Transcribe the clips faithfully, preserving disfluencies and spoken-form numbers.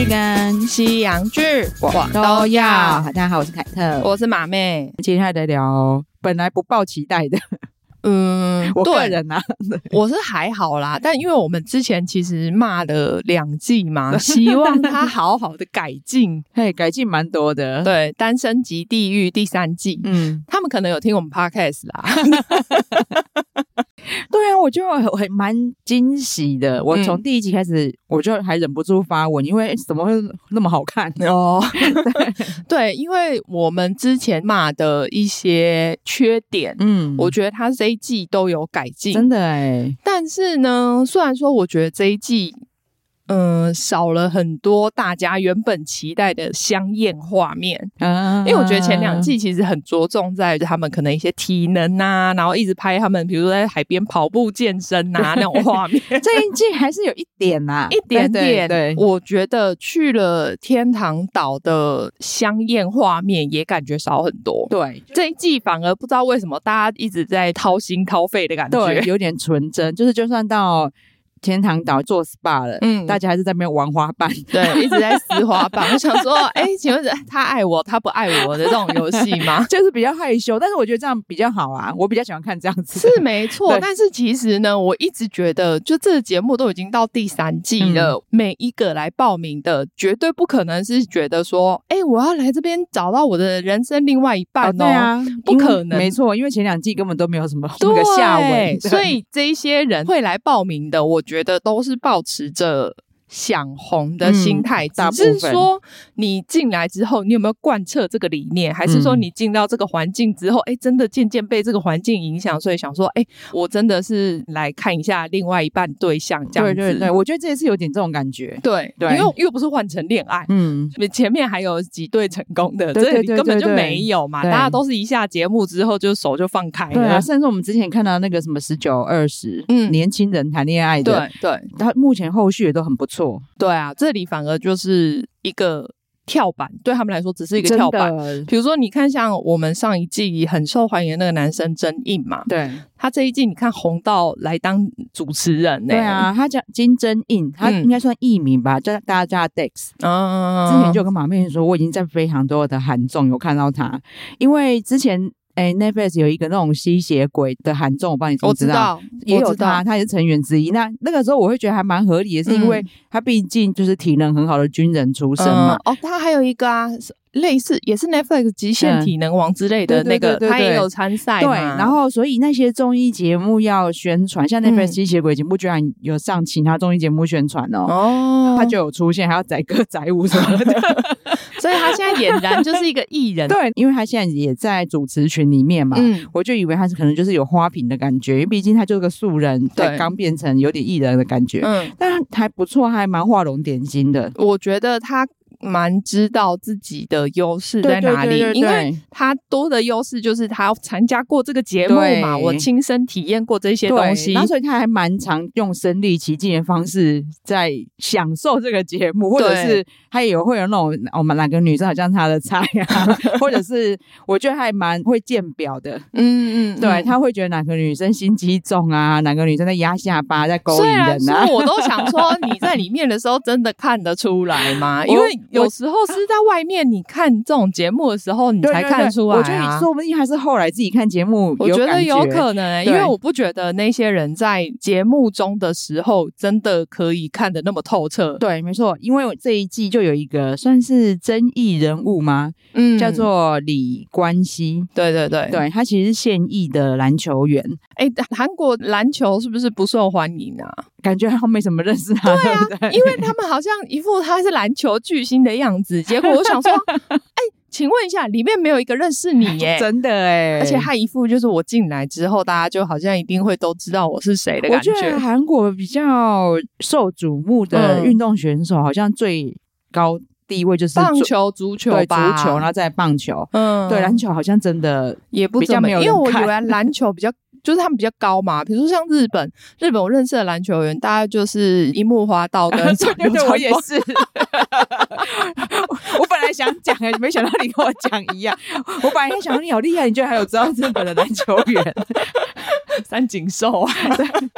剧跟西洋剧我都要。大家好，我是凯特， 我是马妹。 接下来来聊本来不抱期待的， 嗯， 我个人啊， 我是还好啦，但因为我们之前其实骂了两季嘛，希望他好好的改进， 嘿，改进蛮多的。 对，《单身即地狱》第三季，嗯，他们可能有听我们 podcast 啦。 对啊，我就很蛮惊喜的。我从第一集开始，嗯、我就还忍不住发文，因为怎么会那么好看哦？对, 对，因为我们之前骂的一些缺点，嗯，我觉得他这一季都有改进， 真的哎。 但是呢，虽然说我觉得这一季。嗯，少了很多大家原本期待的香艳画面，啊、因为我觉得前两季其实很着重在他们可能一些体能啊，然后一直拍他们比如说在海边跑步健身啊那种画面。 这一季还是有一点啊， 一点点。 对，对我觉得去了天堂岛的香艳画面也感觉少很多。 对， 这一季反而不知道为什么大家一直在掏心掏肺的感觉， 对，有点纯真，就是就算到天堂岛做 S P A 了，嗯，大家还是在那边玩花瓣， 对，一直在撕花瓣。我想说，哎、欸，请问他爱我，他不爱我的这种游戏吗？ 就是比较害羞，但是我觉得这样比较好啊，我比较喜欢看这样子。 是没错，但是其实呢，我一直觉得，就这个节目都已经到第三季了，嗯、每一个来报名的，绝对不可能是觉得说，哎、欸，我要来这边找到我的人生另外一半哦，哦对啊， 不可能， 没错，因为前两季根本都没有什么那个下文， 所以这一些人会来报名的，我觉得都是抱持着想红的心态，嗯、只是说你进来之后，你有没有贯彻这个理念，还是说你进到这个环境之后，哎、欸，真的渐渐被这个环境影响，所以想说，哎、欸，我真的是来看一下另外一半对象这样子。 对对对，我觉得这一次有点这种感觉。 对对，因为又不是换成恋爱，嗯，前面还有几对成功的， 对对对对对， 这里根本就没有嘛，大家都是一下节目之后就手就放开了。 对啊，甚至我们之前看到那个什么十九二十，嗯，年轻人谈恋爱的， 对对， 他目前后续也都很不错。 对啊，这里反而就是一个跳板，对他们来说只是一个跳板。比如说你看像我们上一季很受欢迎的那个男生真印嘛， 对， 他这一季你看红到来当主持人、欸、 对啊，他叫金真印，他应该算艺名吧，叫、嗯、大家叫他 Dex、嗯、之前就跟马妹说我已经在非常多的韩综有看到他，因为之前哎 Netflix 有一个那种吸血鬼的韩综，我帮你怎么知道？ 我知道， 也有他，他也是成员之一。那那个时候我会觉得还蛮合理的，是因为他毕竟就是体能很好的军人出身嘛。 嗯、哦，他还有一个啊，类似也是 Netflix 极限体能王之类的那个，嗯、对对对对对，他也有参赛。 对，然后所以那些综艺节目要宣传，像 Netflix 吸血鬼节目居然有上其他综艺节目宣传哦，哦，他就有出现，还要载歌载舞什么的。 所以他现在俨然就是一个艺人。 对，因为他现在也在主持群里面嘛，嗯，我就以为他是可能就是有花瓶的感觉，因为毕竟他就是个素人，对，刚变成有点艺人的感觉，嗯，但还不错，还蛮画龙点睛的。 我觉得他蛮知道自己的优势在哪里，对对对对对，因为他多的优势就是他参加过这个节目嘛，我亲身体验过这些东西， 那所以他还蛮常用身临其境的方式在享受这个节目，或者是他也会有那种我们哪个女生好像他的菜啊，或者是我觉得还蛮会鉴表的，嗯嗯，对，他会觉得哪个女生心机重啊，哪个女生在压下巴在勾引人啊，虽然说我都想说你在里面的时候真的看得出来吗？因为有时候是在外面你看这种节目的时候你才看得出来啊。 对对对，我觉得你说不定还是后来自己看节目有感觉， 我觉得有可能、欸、因为我不觉得那些人在节目中的时候真的可以看得那么透彻。 对，没错，因为这一季就有一个算是争议人物吗，嗯，叫做李冠希。 对对对对，他其实是现役的篮球员。 哎，韩国篮球是不是不受欢迎啊？ 感觉他没什么认识他。 对啊， 对对， 因为他们好像一副他是篮球巨星的样子，结果我想说哎请问一下里面没有一个认识你耶。 真的耶， 而且他一副就是我进来之后大家就好像一定会都知道我是谁的感觉。 我觉得韩国比较受瞩目的运动选手好像最高地位就是棒球、足球吧， 对，足球，然后再棒球，嗯，对，篮球好像真的也不比较没有人看， 因为我以为篮球比较就是他们比较高嘛，比如说像日本，日本我认识的篮球员，大概就是樱木花道跟对对对，我也是。我本来想讲哎，没想到你跟我讲一样。我本来想说你好厉害，你居然还有知道日本的篮球员。 三井寿啊。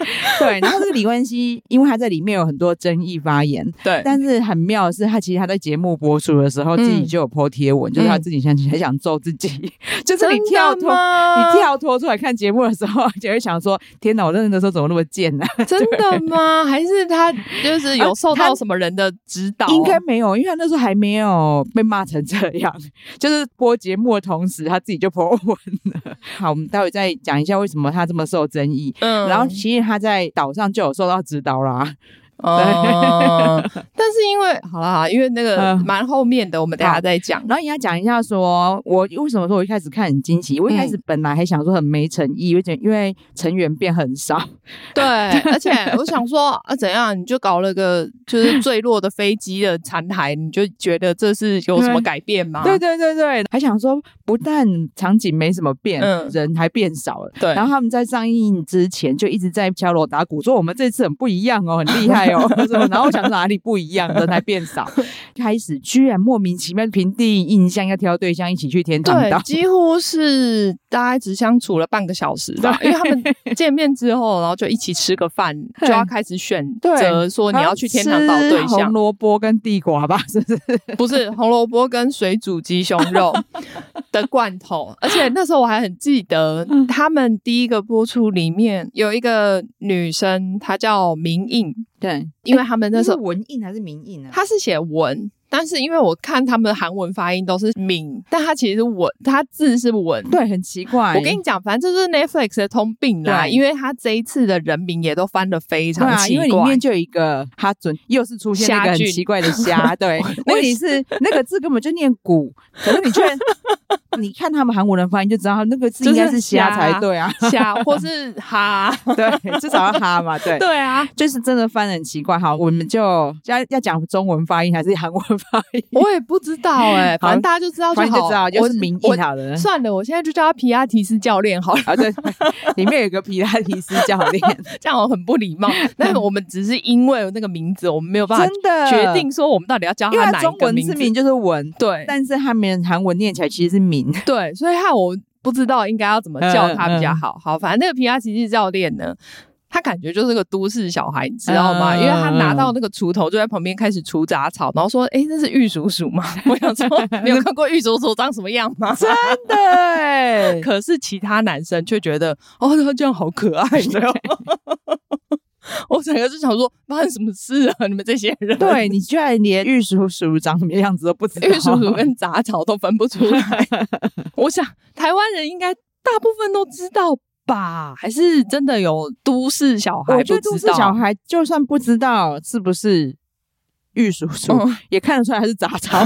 对，然后这个李冠希，因为他在里面有很多争议发言， 对， 但是很妙的是，他其实他在节目播出的时候，嗯、自己就有 po 贴文，就是他自己想很想揍自己，就是你跳脱你跳脱出来看节目的时候，就会想说：天哪，我认识的时候怎么那么贱呢、啊？ 真的吗？还是他就是有受到什么人的指导？ 应该没有，因为他那时候还没有被骂成这样，就是播节目的同时，他自己就 po 文了。好，我们待会再讲一下为什么他这么受争议。嗯，然后其实他在岛上就有受到指导啦。 哦，但是因为好啦，因为那个蛮后面的，我们等一下再讲。 然后你要讲一下说，我为什么说我一开始看很惊奇？我一开始本来还想说很没诚意，因为成员变很少。 对，而且我想说啊，怎样你就搞了个就是坠落的飞机的残骸，你就觉得这是有什么改变吗？ 对对对对，还想说不但场景没什么变，嗯、人还变少了。对，然后他们在上映之前就一直在敲锣打鼓，说我们这次很不一样哦，很厉害。然后我想哪里不一样，人还变少，开始居然莫名其妙凭第一印象要挑对象一起去天堂岛， 对，几乎是大概只相处了半个小时吧，因为他们见面之后，然后就一起吃个饭，就要开始选择说你要去天堂岛对象， 红萝卜跟地瓜吧，是不是？ 不是红萝卜跟水煮鸡胸肉的罐头，而且那时候我还很记得，他们第一个播出里面有一个女生，她叫明印。 对， 因为他们那时候、 欸、是文印还是明印啊？ 他是写文，但是因为我看他们的韩文发音都是敏，但他其实是文，他字是文， 对，很奇怪。 我跟你讲，反正这就是 Netflix 的通病啦，因为他这一次的人名也都翻得非常奇怪， 对啊、因为里面就有一个哈准，又是出现那个很奇怪的虾，对，问题是那个字根本就念古，可是你却你看他们韩国人发音就知道那个字应该是虾才对啊， 虾或是哈， 对，至少要哈嘛，对， 对啊， 就是真的翻得很奇怪。好，我们就要要讲中文发音还是韩文发音？ 我也不知道哎、欸，反正大家就知道就好， 反正就知道就是明印好了。 算了，我现在就叫他皮拉提斯教练好了。 啊，对，里面有个皮拉提斯教练， 这样我很不礼貌。但我们只是因为那个名字，我们没有办法真的决定说我们到底要叫他哪一个名字。 因为中文字名就是文， 对， 但是他们韩文念起来其实是明， 对，所以害我不知道应该要怎么叫他比较好。嗯嗯、好，反正那个皮拉提斯教练呢。他感觉就是个都市小孩，你知道吗？嗯、因为他拿到那个锄头就在旁边开始除杂草，然后说：“哎，这是玉叔叔吗？”我想说，没有看过玉叔叔长什么样吗？ 真的哎！ 可是其他男生却觉得，哦，他这样好可爱的。我整个就想说，发生什么事啊？你们这些人， 对你居然连玉叔叔长什么样子都不知道， 玉叔叔跟杂草都分不出来。我想台湾人应该大部分都知道吧？还是真的有都市小孩不知道？ 我觉得都市小孩就算不知道是不是玉叔叔，嗯、也看得出来还是杂草。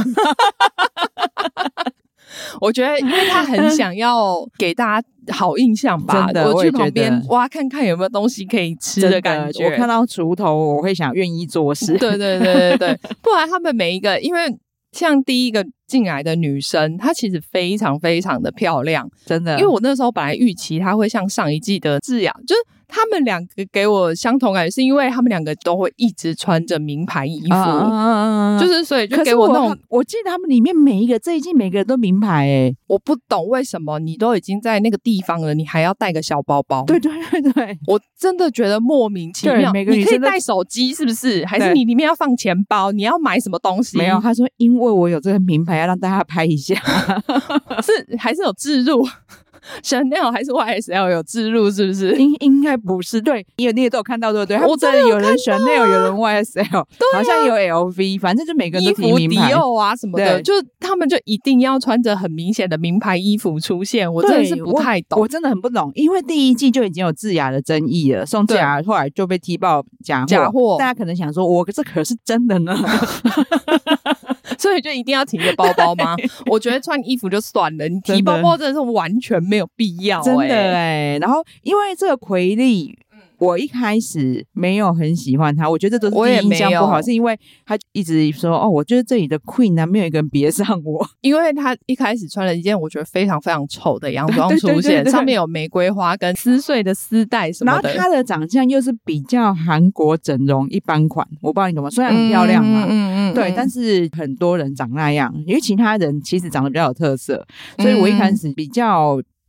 我觉得，因为他很想要给大家好印象吧， 真的， 我去旁边挖看看有没有东西可以吃的感觉。 我看到锄头，我会想愿意做事。 对对对对对，不然他们每一个，因为像第一个进来的女生，她其实非常非常的漂亮， 真的。 因为我那时候本来预期她会像上一季的智雅，就是他们两个给我相同感觉，是因为他们两个都会一直穿着名牌衣服，啊、就是所以就给我那种我。我记得他们里面每一个这一季每个人都名牌哎、欸， 我不懂为什么你都已经在那个地方了，你还要带个小包包？ 对对对对， 我真的觉得莫名其妙。每个女生你可以带手机是不是？还是你里面要放钱包？你要买什么东西？ 没有，他说因为我有这个名牌，要让大家拍一下， 是还是有置入？Chanel 还是 Y S L 有置入是不是？ 应应该不是，对，你有你也都有看到对不对？我真的有人 Chanel， 有人 Y S L，、啊、好像有 L V， 反正就每个人都提名牌， 迪奥啊什么的，就他们就一定要穿着很明显的名牌衣服出现，我真的是不太懂， 我, 我真的很不懂，因为第一季就已经有智雅的争议了，宋智雅后来就被踢爆假货， 假货， 大家可能想说，我这可是真的呢。 所以就一定要提个包包吗？我觉得穿衣服就算了，你提包包真的是完全没有必要、欸， 真的哎、欸。然后因为这个奎利，我一开始没有很喜欢他，我觉得这都是第一印象不好，是因为他一直说哦，我觉得这里的 Queen 啊，没有一个人别上我， 因为他一开始穿了一件我觉得非常非常丑的洋装出现，对对对对对，上面有玫瑰花跟撕碎的丝带什么的， 然后他的长相又是比较韩国整容一般款，我不知道你懂吗？虽然很漂亮嘛，嗯嗯嗯，对，但是很多人长那样，因为其他人其实长得比较有特色，所以我一开始比较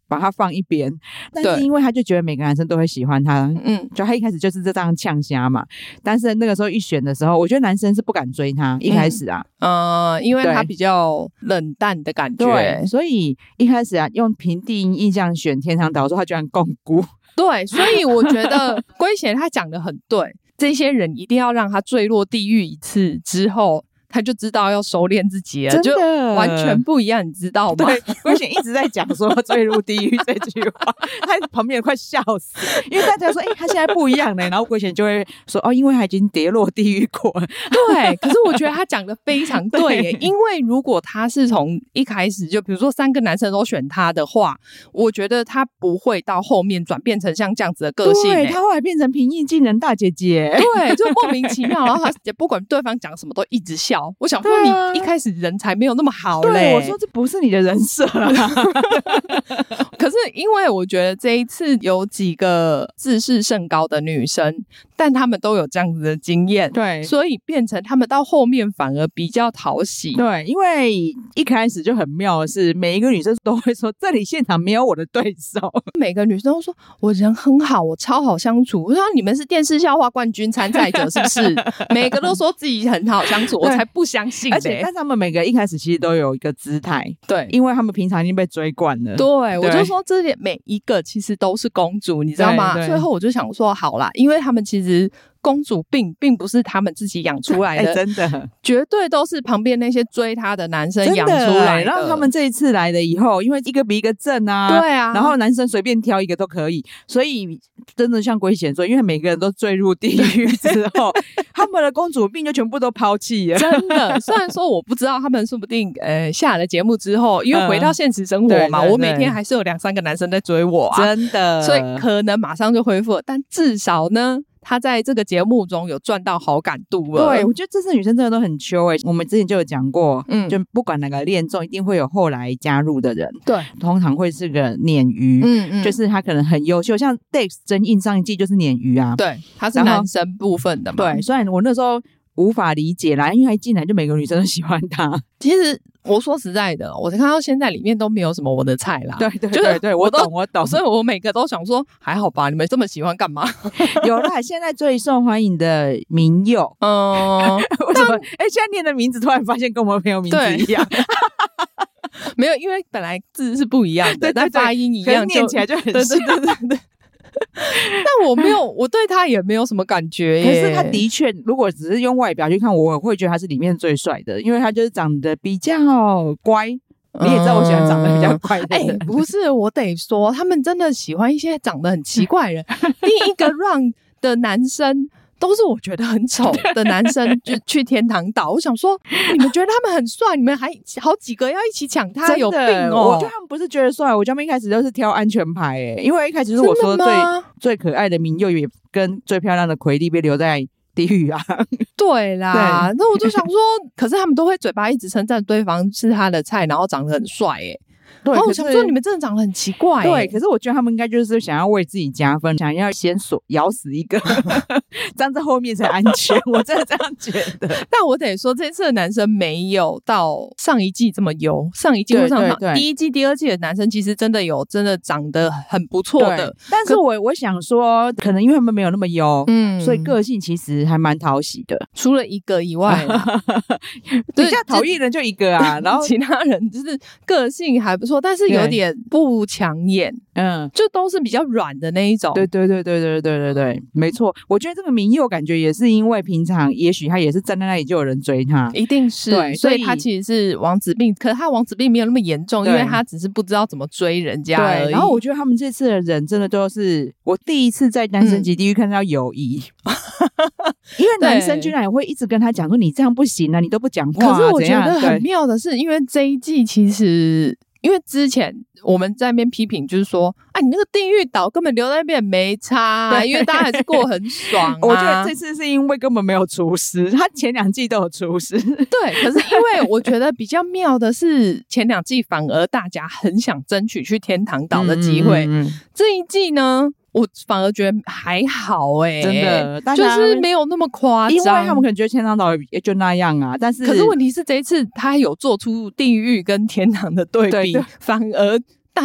把他放一边，但是因为他就觉得每个男生都会喜欢他， 嗯， 就他一开始就是这样呛虾嘛。但是那个时候一选的时候，我觉得男生是不敢追他，一开始啊， 嗯、呃，因为他比较冷淡的感觉， 对，所以一开始啊，用凭第一印象选天堂岛的时候，他居然共估， 对，所以我觉得圭贤他讲的很对，这些人一定要让他坠落地狱一次之后。他就知道要收敛自己了， 真的就完全不一样，你知道吗？ 对，圭贤一直在讲说坠入地狱这句话，他旁边快笑死，因为大家说，哎、欸，他现在不一样呢，然后圭贤就会说，哦，因为他已经跌落地狱过了。 对，可是我觉得他讲的非常对耶，因为如果他是从一开始就，比如说三个男生都选他的话，我觉得他不会到后面转变成像这样子的个性。 对，他后来变成平易近人大姐姐， 对，就莫名其妙，然后他也不管对方讲什么都一直笑。我想说你一开始人才没有那么好嘞， 对，我说这不是你的人设啊。 可是因为我觉得这一次有几个自视甚高的女生，但她们都有这样子的经验， 对， 所以变成她们到后面反而比较讨喜。 对，因为一开始就很妙的是，每一个女生都会说这里现场没有我的对手， 每个女生都说我人很好，我超好相处。我说你们是电视笑话冠军参赛者是不是？每个都说自己很好相处，我才不相信、欸。 而且但是他们每个一开始其实都有一个姿态， 对， 因为他们平常已经被追惯了。 对，我就说这每一个其实都是公主，你知道吗？最后我就想说好啦，因为他们其实公主病并不是他们自己养出来的、 欸、真的绝对都是旁边那些追她的男生养出来的。 然后他们这一次来的以后，因为一个比一个正啊， 对啊， 然后男生随便挑一个都可以，所以真的像圭贤说，因为每个人都坠入地狱之后他们的公主病就全部都抛弃了。 真的，虽然说我不知道他们说不定呃下了节目之后，因为回到现实生活嘛、嗯、我每天还是有两三个男生在追我啊， 真的， 所以可能马上就恢复了，但至少呢他在这个节目中有赚到好感度了。 对，我觉得这次女生真的都很秋诶、欸。我们之前就有讲过，嗯，就不管哪个恋综，一定会有后来加入的人。 对， 通常会是个鲶鱼，嗯嗯，就是他可能很优秀，像 Dex 真印上一季就是鲶鱼啊， 对，他是男生部分的嘛。 对，虽然我那时候无法理解啦，因为他一进来就每个女生都喜欢他。 其实我说实在的，我看到现在里面都没有什么我的菜啦。 对对对对，我懂我懂， 所以我每个都想说还好吧，你们这么喜欢干嘛？ 有啦，现在最受欢迎的民佑，嗯，为什么？哎、欸，现在念的名字突然发现跟我们朋友名字一样。 没有，因为本来字是不一样的，但发音一样， 念起来就很像。 对对对对对。但我没有，我对他也没有什么感觉耶。 可是他的确，如果只是用外表去看，我会觉得他是里面最帅的，因为他就是长得比较乖。你也知道我喜欢长得比较乖的人。 哎、欸，不是，我得说，他们真的喜欢一些长得很奇怪的人。第一个 round 的男生都是我觉得很丑的男生，就去天堂岛。我想说，你们觉得他们很帅，你们还好几个要一起抢他，有病哦！ 我觉得他们不是觉得帅，我觉得他们一开始都是挑安全牌诶、欸，因为一开始是我说最最可爱的民佑也跟最漂亮的奎利被留在地狱啊。 对啦，那我就想说，可是他们都会嘴巴一直称赞对方是他的菜，然后长得很帅诶、欸。 对， 然后我想说你们真的长得很奇怪、欸。 对，可是我觉得他们应该就是想要为自己加分，想要先锁咬死一个，这样在后面才安全。我真的这样觉得。 但我得说，这次的男生没有到上一季这么优。上一季或上对对对第一季、第二季的男生，其实真的有真的长得很不错的。 但是我我想说，可能因为他们没有那么优，嗯，所以个性其实还蛮讨喜的。 除了一个以外， 比较讨厌人就一个啊，然后其他人就是个性还不错。但是有点不抢眼，嗯，就都是比较软的那一种。 对对对对对对对对，没错。我觉得这个民佑感觉也是因为平常，也许他也是站在那里就有人追他， 一定是。对，所以他其实是王子病，可是他王子病没有那么严重，因为他只是不知道怎么追人家而已。 对，然后我觉得他们这次的人真的都是我第一次在单身级地狱看到友谊。嗯因为男生居然也会一直跟他讲说你这样不行啊，你都不讲话、啊。 可是我觉得很妙的是，因为这一季其实。因为之前我们在那边批评，就是说，啊，你那个地狱岛根本留在那边没差、啊，因为大家还是过得很爽、啊。 我觉得这次是因为根本没有厨师，他前两季都有厨师。 对，可是因为我觉得比较妙的是，前两季反而大家很想争取去天堂岛的机会，嗯嗯嗯这一季呢？我反而觉得还好哎、欸， 真的， 就是没有那么夸张， 因为他们可能觉得天堂岛也就那样啊。但是， 可是问题是这一次他有做出地狱跟天堂的对比，对对反而大家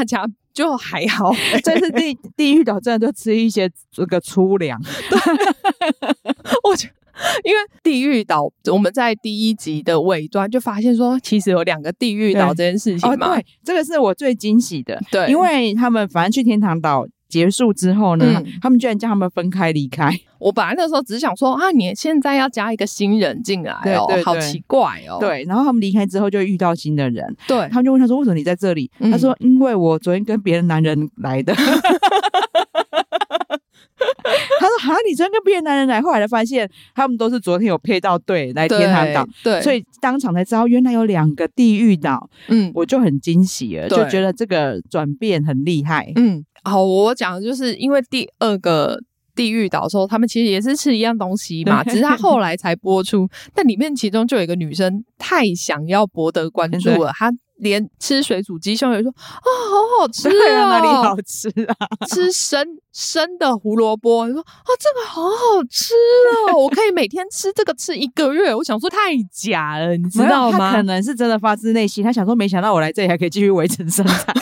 就还好、欸。 这次地地狱岛真的就吃一些这个粗粮。 我觉得因为地狱岛我们在第一集的尾端就发现说其实有两个地狱岛这件事情嘛、 哦、对，这个是我最惊喜的。 对， 因为他们反正去天堂岛结束之后呢、嗯、他们居然叫他们分开离开。 我本来那时候只是想说啊，你现在要加一个新人进来哦， 对对对， 好奇怪哦。 对，然后他们离开之后就遇到新的人， 对， 他们就问他说为什么你在这里、嗯、他说因为我昨天跟别的男人来的。他说哈，你昨天跟别的男人来，后来才发现他们都是昨天有配到队来天堂岛， 对， 所以当场才知道原来有两个地狱岛。嗯，我就很惊喜了，就觉得这个转变很厉害。 嗯，好，我讲的就是因为第二个地狱岛的时候他们其实也是吃一样东西嘛，只是他后来才播出，但里面其中就有一个女生太想要博得关注了，她连吃水煮鸡胸也说啊、哦，好好吃啊、哦！ 哪里好吃啊？ 吃生生的胡萝卜，你说啊，这个好好吃哦！我可以每天吃这个吃一个月。我想说太假了，你知道吗？ 他可能是真的发自内心，他想说，没想到我来这里还可以继续维持身材。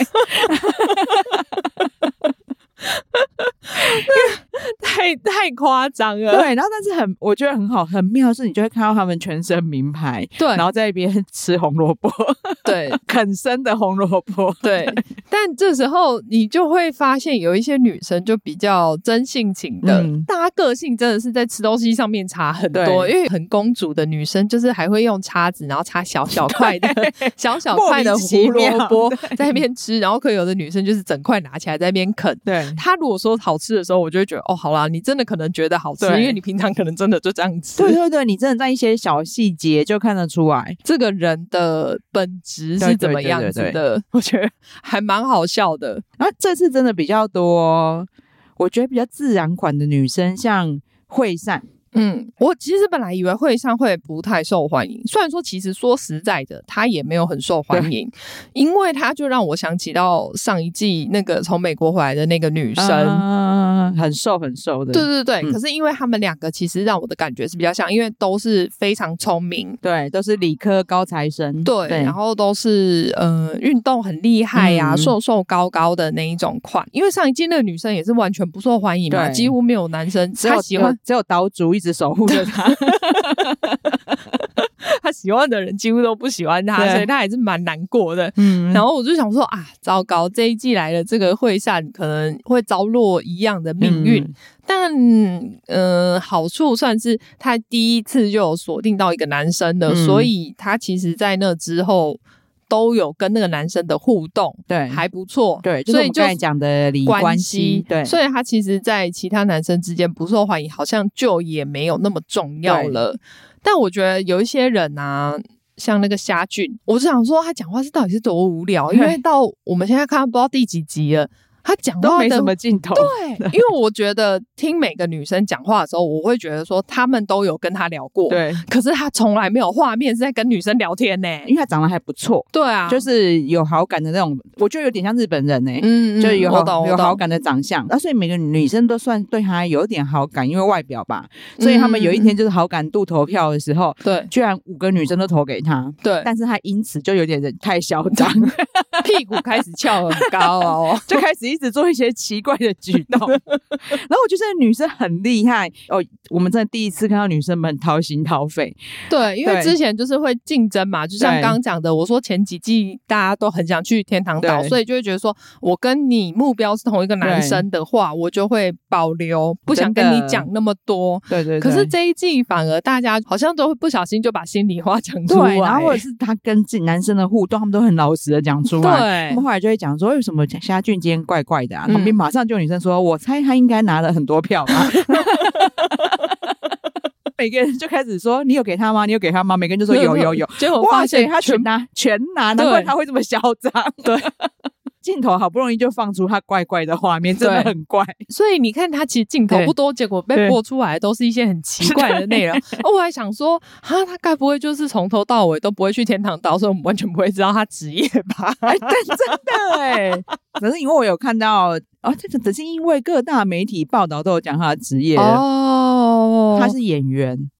太太夸张了。 对，然后但是很我觉得很好很妙是你就会看到他们全身名牌， 对， 然后在一边吃红萝卜， 对， 啃生的红萝卜， 对。但这时候你就会发现有一些女生就比较真性情的、嗯、大家个性真的是在吃东西上面差很多，因为很公主的女生就是还会用叉子然后插小小块的小小块的胡萝卜在那边吃，然后可有的女生就是整块拿起来在那边啃。 对， 她如果说好吃的时候我就会觉得哦好啦，你真的可能觉得好吃，因为你平常可能真的就这样吃。 对对对，你真的在一些小细节就看得出来这个人的本质是怎么样子的。对对对对对，我觉得还蛮好笑的。 然后这次真的比较多我觉得比较自然款的女生，像惠善。 嗯，我其实本来以为惠善会不太受欢迎，虽然说其实说实在的她也没有很受欢迎，因为她就让我想起到上一季那个从美国回来的那个女生、 啊、很瘦很瘦的。 对对对、嗯、可是因为他们两个其实让我的感觉是比较像，因为都是非常聪明， 对，都是理科高材生， 对, 对，然后都是呃运动很厉害呀、啊嗯、瘦瘦高高的那一种款。因为上一季那个女生也是完全不受欢迎嘛，几乎没有男生他喜欢， 只有岛主一直守护着他。 他喜欢的人几乎都不喜欢他，所以他还是蛮难过的。嗯，然后我就想说啊，糟糕，这一季来的这个惠善可能会遭落一样的命运。嗯、但呃，好处算是他第一次就有锁定到一个男生的、嗯，所以他其实在那之后都有跟那个男生的互动， 对， 还不错， 对，就是我们刚才讲的礼仪关系，对， 所以他其实在其他男生之间不受欢迎，好像就也没有那么重要了。但我觉得有一些人啊，像那个虾俊，我是想说他讲话是到底是多无聊，因为到我们现在看不知道第几集了，他讲话都没什么镜头。 对，因为我觉得听每个女生讲话的时候，我会觉得说他们都有跟他聊过，对，可是他从来没有画面是在跟女生聊天呢、欸， 因为他长得还不错， 对啊， 就是有好感的那种，我觉得有点像日本人呢、欸，嗯, 嗯，就是有好有好感的长相，那所以每个女生都算对他有点好感，因为外表吧，所以他们有一天就是好感度投票的时候，对、嗯，居然五个女生都投给他，对，但是他因此就有点太嚣张， 屁股开始翘很高哦， 就开始一直做一些奇怪的举动，然后我觉得女生很厉害哦，我们真的第一次看到女生们掏心掏肺， 对，因为之前就是会竞争嘛，就像刚刚讲的，我说前几季大家都很想去天堂岛，所以就会觉得说我跟你目标是同一个男生的话，我就会保留，不想跟你讲那么多，对 对, 对。可是这一季反而大家好像都会不小心就把心里话讲出来， 对，然后或者是他跟自己男生的互动，他们都很老实的讲出来，对，他们后来就会讲说为什么虾俊今天怪怪的啊，旁边马上就有女生说，我猜他应该拿了很多票吧。每个人就开始说你有给他吗？你有给他吗？每个人就说有有有。 结果发现他全拿全拿，难怪他会这么嚣张。对，镜头好不容易就放出他怪怪的画面，真的很怪。 所以你看他其实镜头不多，结果被播出来都是一些很奇怪的内容。我还想说哈，他该不会就是从头到尾都不会去天堂岛，所以我们完全不会知道他职业吧？ 但真的哎，可是因为我有看到哦，这个只是因为各大媒体报道都有讲他的职业哦，他是演员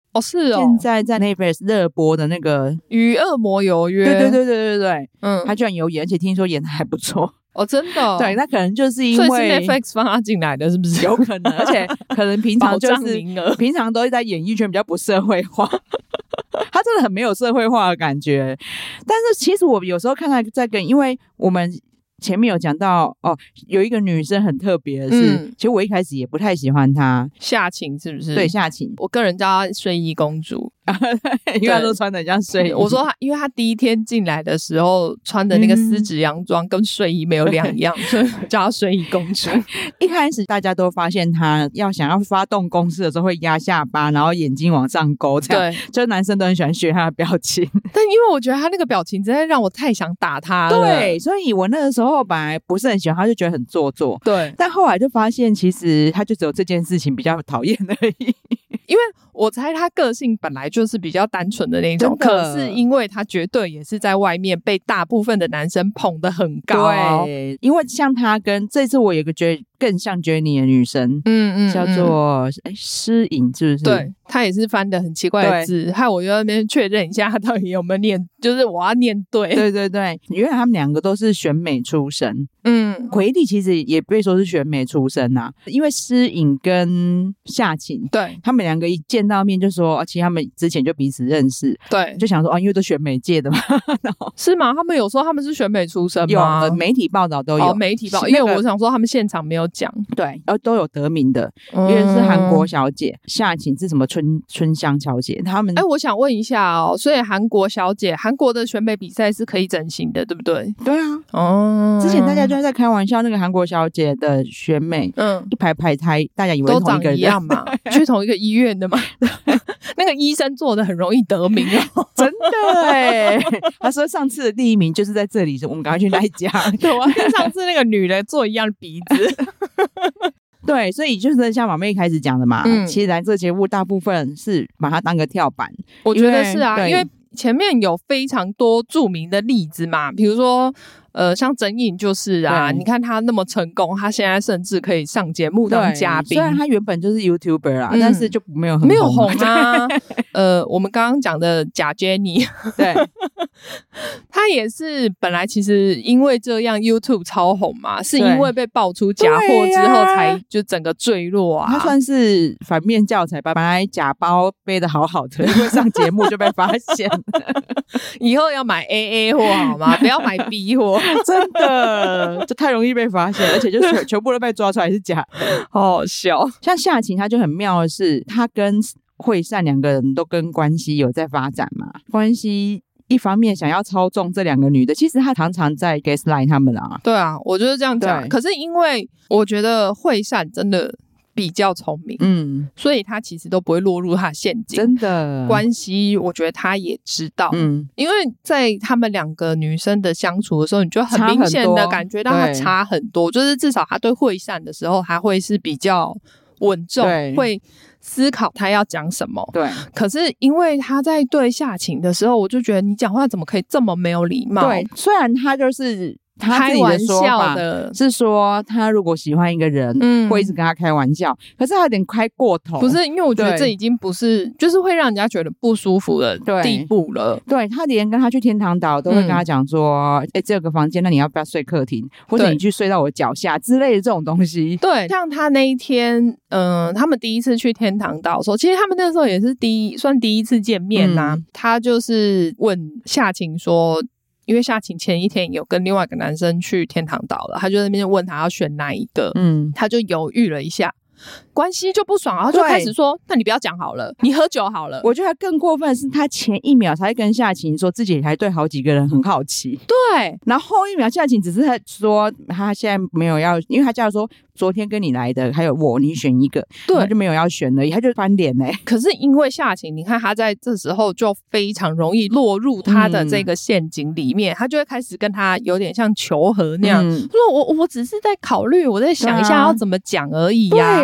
哦，是哦， 现在在 Netflix 热播的那个与恶魔有约， 对对对对对对， 嗯， 他居然有演，而且听说演的还不错。 哦，真的、哦？ 对，那可能就是因为所以是 Netflix 放他进来的，是不是？ 有可能，而且可能平常就是平常都是在演艺圈比较不社会化，他真的很没有社会化的感觉。但是其实我有时候看他在跟，因为我们前面有讲到哦，有一个女生很特别的是、嗯，其实我一开始也不太喜欢她， 夏晴是不是？ 对，夏晴， 我个人叫她睡衣公主。 因为她都穿的像睡衣。 我说她，因为她第一天进来的时候穿的那个丝质洋装跟睡衣没有两样，嗯、所以叫她睡衣公主。 一开始大家都发现她要想要发动攻势的时候会压下巴，然后眼睛往上勾，这样，对，就男生都很喜欢学她的表情。 但因为我觉得她那个表情真的让我太想打她了， 对，所以我那个时候本来不是很喜欢她，就觉得很做作， 对。 但后来就发现，其实她就只有这件事情比较讨厌而已。 因为我猜他个性本来就是比较单纯的那种，可是因为他绝对也是在外面被大部分的男生捧得很高。 对，因为像他跟这次我有一个觉得更像 Jenny 的女生，嗯嗯，叫做哎诗颖，是不是？ 对，他也是翻得很奇怪的字，害我就在那边确认一下他到底有没有念，就是我要念对。 对对对，原来他们两个都是选美出身。嗯，奎丽其实也被说是选美出身啊，因为诗颖跟夏晴， 对， 他们两个一见到面就说，哦，其实他们之前就彼此认识， 对， 就想说，哦，因为都选美界的嘛， 是吗？他们有说他们是选美出身吗？ 有，媒体报道都有， 哦、媒体报道，因为我想说他们现场没有讲， 对，然后都有得名的，因为是韩国小姐，夏晴是什么春春香小姐，他们， 哎，我想问一下哦，所以韩国小姐，韩国的选美比赛是可以整形的，对不对？ 对啊，哦，之前大家就在开玩笑，那个韩国小姐的选美，嗯，一排排胎，大家以为都同一个人长一样嘛，去同一个医院的嘛，那个医生做的很容易得名哦， 真的哎，他说上次的第一名就是在这里，我们赶快去那一家， 对，我跟上次那个女的做一样的鼻子。 对，所以就是像马妹一开始讲的嘛，嗯、其实来这节目大部分是把它当个跳板， 我觉得是啊，因为前面有非常多著名的例子嘛，比如说呃，像曾颖就是啊，你看他那么成功，他现在甚至可以上节目当嘉宾。 虽然他原本就是 YouTuber 啦，嗯、但是就没有很红没有红啊。呃，我们刚刚讲的假 Jenny， 对， 他也是本来其实因为这样 YouTube 超红嘛，是因为被爆出假货之后才就整个坠落啊。 他算是反面教材吧，本来假包背得好好的，因为上节目就被发现了。 以后要买 A A 货好吗？不要买 B 货。 真的，这太容易被发现，而且就全全部都被抓出来是假的， 好好笑。 像夏晴，他就很妙的是，他跟惠善两个人都跟关系有在发展嘛，关系一方面想要操纵这两个女的，其实他常常在 gaslight 他们啊。 对啊，我就是这样讲。可是因为我觉得惠善真的比较聪明，嗯，所以他其实都不会落入他的陷阱。 真的， 关系我觉得他也知道，嗯，因为在他们两个女生的相处的时候，你就很明显的感觉到他差很多，就是至少他对惠善的时候，他会是比较稳重，会思考他要讲什么。对，可是因为他在对夏晴的时候，我就觉得你讲话怎么可以这么没有礼貌？ 对，虽然他就是他自己的说法是说，他如果喜欢一个人，嗯，会一直跟他开玩笑，可是他有点开过头。 不是，因为我觉得这已经不是，就是会让人家觉得不舒服的地步了。 对，他连跟他去天堂岛都会跟他讲说，哎、嗯欸，这个房间，那你要不要睡客厅，或者你去睡到我脚下之类的这种东西。 对，像他那一天，嗯、呃，他们第一次去天堂岛的时候，其实他们那时候也是第一算第一次见面呐、啊嗯。他就是问夏晴说。因为夏晴前一天有跟另外一个男生去天堂岛了，他就在那边问他要选哪一个，嗯，他就犹豫了一下，关系就不爽，然后就开始说，那你不要讲好了，你喝酒好了。 我觉得更过分的是，他前一秒才跟夏晴说自己还对好几个人很好奇， 对， 然后后一秒夏晴只是在说他现在没有要，因为他叫说昨天跟你来的还有我，你选一个，对，他就没有要选而已，他就翻脸嘞。 可是因为夏晴，你看他在这时候就非常容易落入他的这个陷阱里面，嗯、他就会开始跟他有点像求和那样，嗯、说我我只是在考虑，我在想一下要怎么讲而已呀、啊。 对，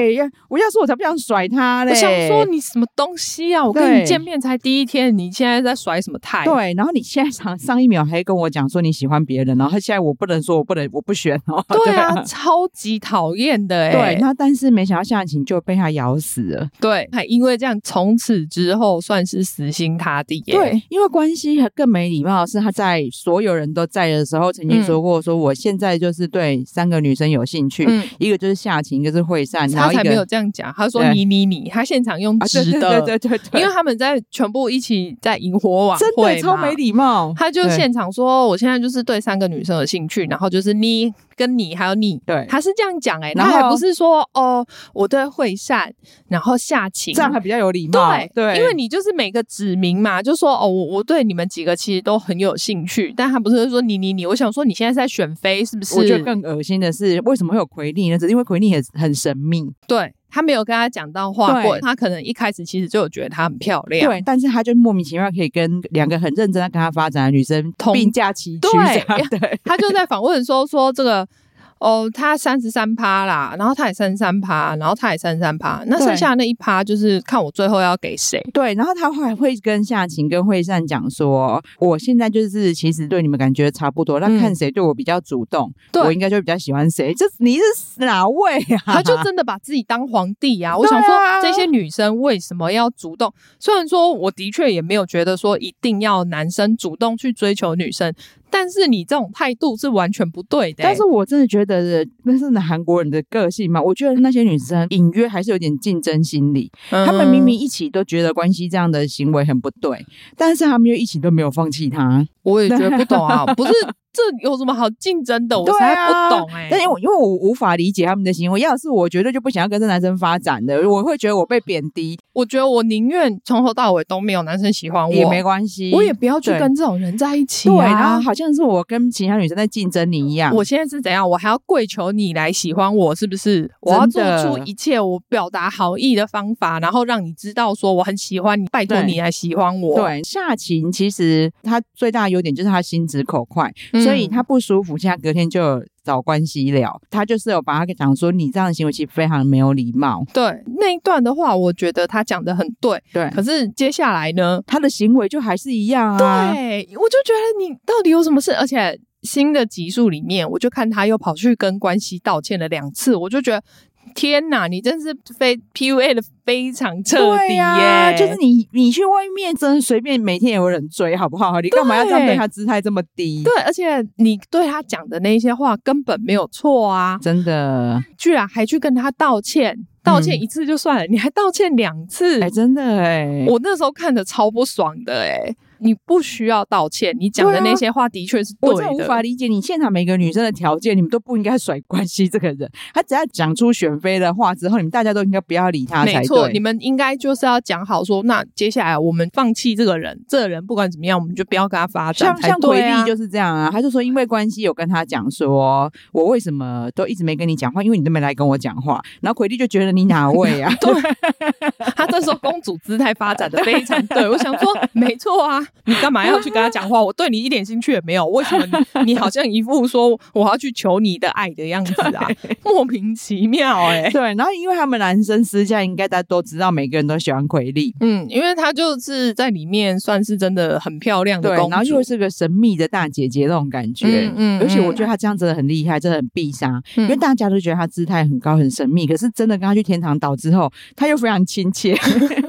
我要说我才不想甩他嘞！ 我想说你什么东西啊？我跟你见面才第一天，你现在在甩什么态？ 对，然后你现在上上一秒还跟我讲说你喜欢别人，然后现在我不能说我不能我不选哦。 对啊，对啊超级讨厌的哎、欸。 对，那但是没想到夏晴就被他咬死了。 对，还因为这样从此之后算是死心塌地耶、 欸。对，因为关系更没礼貌的是他在所有人都在的时候曾经说过说我现在就是对三个女生有兴趣，嗯、一个就是夏晴，一个是惠善， 他才没有这样讲，他说你你你，他现场用直的、 啊，对对对 对, 对， 因为他们在全部一起在萤火晚会嘛， 真的超没礼貌， 他就现场说我现在就是对三个女生有兴趣，然后就是你跟你还有你， 对， 他是这样讲哎、欸，他还不是说哦我对惠善，然后夏晴， 这样还比较有礼貌， 对对，因为你就是每个指名嘛，就说哦我我对你们几个其实都很有兴趣，但他不是说你你你，我想说你现在是在选妃是不是？ 我觉得更恶心的是为什么会有奎丽呢？只是因为奎丽很很神秘， 对。他没有跟他讲到话过，他可能一开始其实就有觉得她很漂亮， 对，但是他就莫名其妙可以跟两个很认真在跟他发展的女生并驾齐驱， 对， 对， 他就在访问说说这个。哦，他三十三趴啦，然后他也三十三趴，然后他也三十三趴，那剩下那一趴就是看我最后要给谁。 对，然后他后来会跟夏晴跟惠善讲说，我现在就是其实对你们感觉差不多，那、嗯、看谁对我比较主动，我应该就比较喜欢谁。这你是哪位啊？ 他就真的把自己当皇帝啊！我想说，这些女生为什么要主动？虽然说我的确也没有觉得说一定要男生主动去追求女生。但是你这种态度是完全不对的、欸。 但是我真的觉得那是韩国人的个性嘛？我觉得那些女生隐约还是有点竞争心理。嗯、他们明明一起都觉得关系这样的行为很不对，但是他们又一起都没有放弃他。 我也觉得不懂啊，不是这有什么好竞争的？我实在不懂哎、欸。 但因为因为我无法理解他们的行为，要是我绝对就不想要跟这男生发展的，我会觉得我被贬低。 我觉得我宁愿从头到尾都没有男生喜欢我也没关系， 我也不要去跟这种人在一起、啊。 对，然后好像是我跟其他女生在竞争你一样。 我现在是怎样？我还要跪求你来喜欢我，是不是？我要做出一切我表达好意的方法，然后让你知道说我很喜欢你，拜托你来喜欢我。 对，夏晴其实她最大的优点就是她心直口快，嗯、所以她不舒服，现在隔天就有找关系聊，他就是有把他讲说你这样的行为其实非常没有礼貌。 对，那一段的话我觉得他讲得很对， 对。 可是接下来呢， 他的行为就还是一样啊。 对，我就觉得你到底有什么事？而且新的集数里面，我就看他又跑去跟关系道歉了两次，我就觉得天哪，你真是非 P U A 的非常彻底耶！ 啊、就是你，你去外面真的随便每天有人追，好不好？你干嘛要这样对他姿态这么低？ 对，而且你对他讲的那些话根本没有错啊！ 真的， 居然还去跟他道歉。道歉一次就算了，嗯、你还道歉两次， 哎、欸，真的哎、欸， 我那时候看的超不爽的哎、欸。你不需要道歉，你讲的那些话的确是对的。 我真的无法理解，你现场每个女生的条件，你们都不应该甩关系这个人。他只要讲出选妃的话之后，你们大家都应该不要理他才对。 没错，你们应该就是要讲好说，那接下来我们放弃这个人，这个人不管怎么样，我们就不要跟他发展。 像像奎丽就是这样啊，他就说因为关系有跟他讲说，我为什么都一直没跟你讲话，因为你都没来跟我讲话。然后奎丽就觉得你哪位啊？ 对，他这时候公主姿态发展的非常对，我想说没错啊。你干嘛要去跟他讲话？我对你一点兴趣也没有，为什么你你好像一副说我要去求你的爱的样子啊？莫名其妙哎、欸。 对，然后因为他们男生私下应该大家都知道，每个人都喜欢奎丽， 嗯，因为她就是在里面算是真的很漂亮的公主， 对，然后又是个神秘的大姐姐那种感觉，嗯嗯，而且我觉得她这样真的很厉害，真的很必杀、嗯，因为大家都觉得她姿态很高很神秘，可是真的跟她去天堂岛之后，她又非常亲切。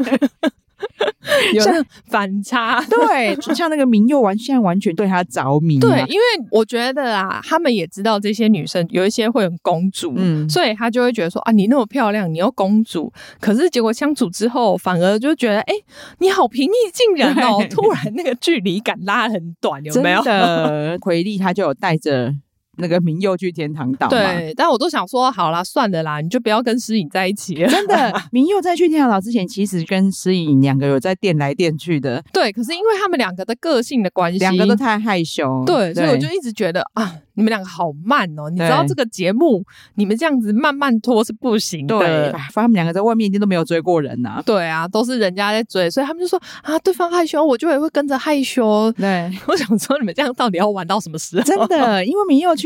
有反差， 对，像那个明佑完现在完全对他着迷、啊。 对，因为我觉得啊，他们也知道这些女生有一些会很公主，嗯，所以他就会觉得说啊，你那么漂亮，你又公主，可是结果相处之后，反而就觉得哎、欸，你好平易近人哦，突然那个距离感拉很短，有没有？ 真的，奎丽她就有带着那个明佑去天堂岛嘛， 对，但我都想说好啦，算了啦，你就不要跟诗颖在一起了。 真的，明佑在去天堂岛之前，其实跟诗颖两个有在电来电去的。 对，可是因为他们两个的个性的关系， 两个都太害羞， 对，所以我就一直觉得啊，你们两个好慢哦。你知道这个节目，你们这样子慢慢拖是不行的。 对，反正他们两个在外面一定都没有追过人啊。 对啊，都是人家在追，所以他们就说啊，对方害羞，我就也会跟着害羞。 对， 我想说，你们这样到底要玩到什么时候？ 真的，因为明佑去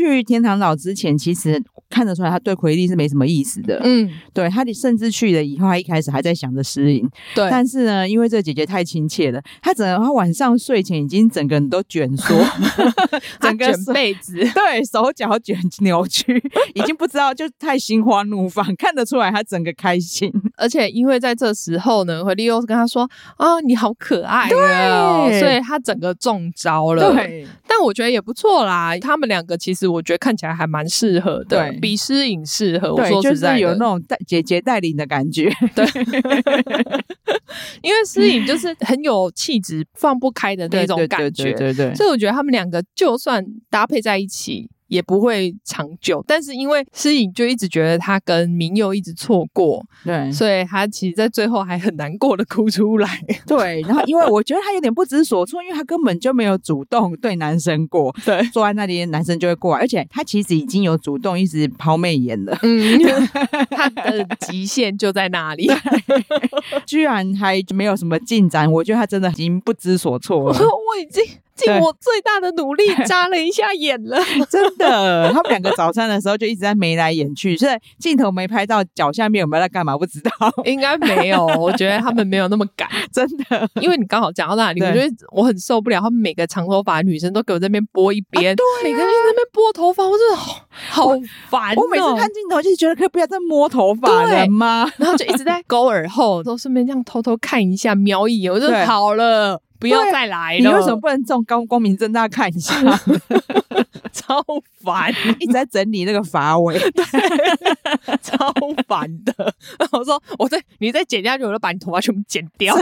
去天堂岛之前，其实看得出来他对奎利是没什么意思的。嗯，对，他甚至去了以后，他一开始还在想着诗颖。对，但是呢，因为这姐姐太亲切了，他整个他晚上睡前已经整个人都卷缩，整个卷被子， 对，手脚卷扭曲，已经不知道就太心花怒放，看得出来他整个开心。 而且因为在这时候呢，奎利又跟他说啊，你好可爱啊，所以他整个中招了。对，但我觉得也不错啦，他们两个其实我觉得看起来还蛮适合的，对，比诗颖适合。我说实在的， 就是有那种姐姐带领的感觉。 对，因为诗颖就是很有气质，放不开的那种感觉。对对对对对，所以我觉得他们两个就算搭配在一起也不会长久，但是因为诗颖就一直觉得他跟明佑一直错过，对，所以他其实在最后还很难过的哭出来。 对，然后因为我觉得他有点不知所措，因为他根本就没有主动对男生过，对，坐在那里男生就会过来，而且他其实已经有主动一直抛媚眼了，嗯， 他的极限就在那里， 居然还没有什么进展，我觉得他真的已经不知所措了。 我已经尽我最大的努力眨了一下眼了。 真的，他们两个早餐的时候就一直在眉来眼去，所以镜头没拍到脚下面有没有在干嘛不知道， 应该没有，我觉得他们没有那么赶。 真的，因为你刚好讲到那里，我觉得我很受不了他们每个长头发的女生都给我在那边拨一边，啊对啊，每个人在那边拨头发，我真的好好烦， 哦，我每次看镜头就是觉得可以不要再摸头发了吗？ 然后就一直在勾耳后，都顺便这样偷偷看一下瞄一眼，我就好了，不要再来了。 你为什么不能这种光光明正大看一下？ 超烦， 一直在整理那个发尾， 超烦的。然后我说，我再你再剪下去，我就把你头发全部剪掉。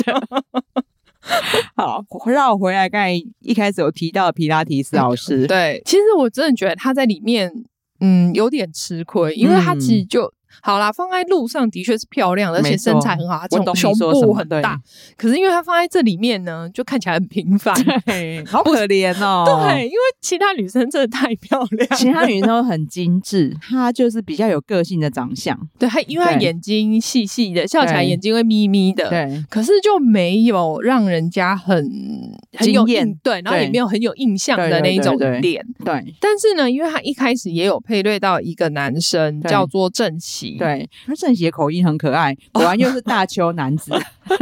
好，绕回来，刚才一开始有提到的皮拉提斯老师， 对，其实我真的觉得他在里面，嗯，有点吃亏，因为他其实就。好啦，放在路上的确是漂亮的，而且身材很好，他胸部很大。可是因为他放在这里面呢，就看起来很平凡， 对，好可怜哦。 对，因为其他女生真的太漂亮了， 其他女生都很精致，她就是比较有个性的长相。 对，她因为她眼睛细细的，笑起来眼睛会眯眯的，对。可是就没有让人家很很有印对，然后也没有很有印象的那一种脸。对，但是呢，因为她一开始也有配对到一个男生，叫做郑喜。 对，他郑喜的口音很可爱，果然又是大邱男子。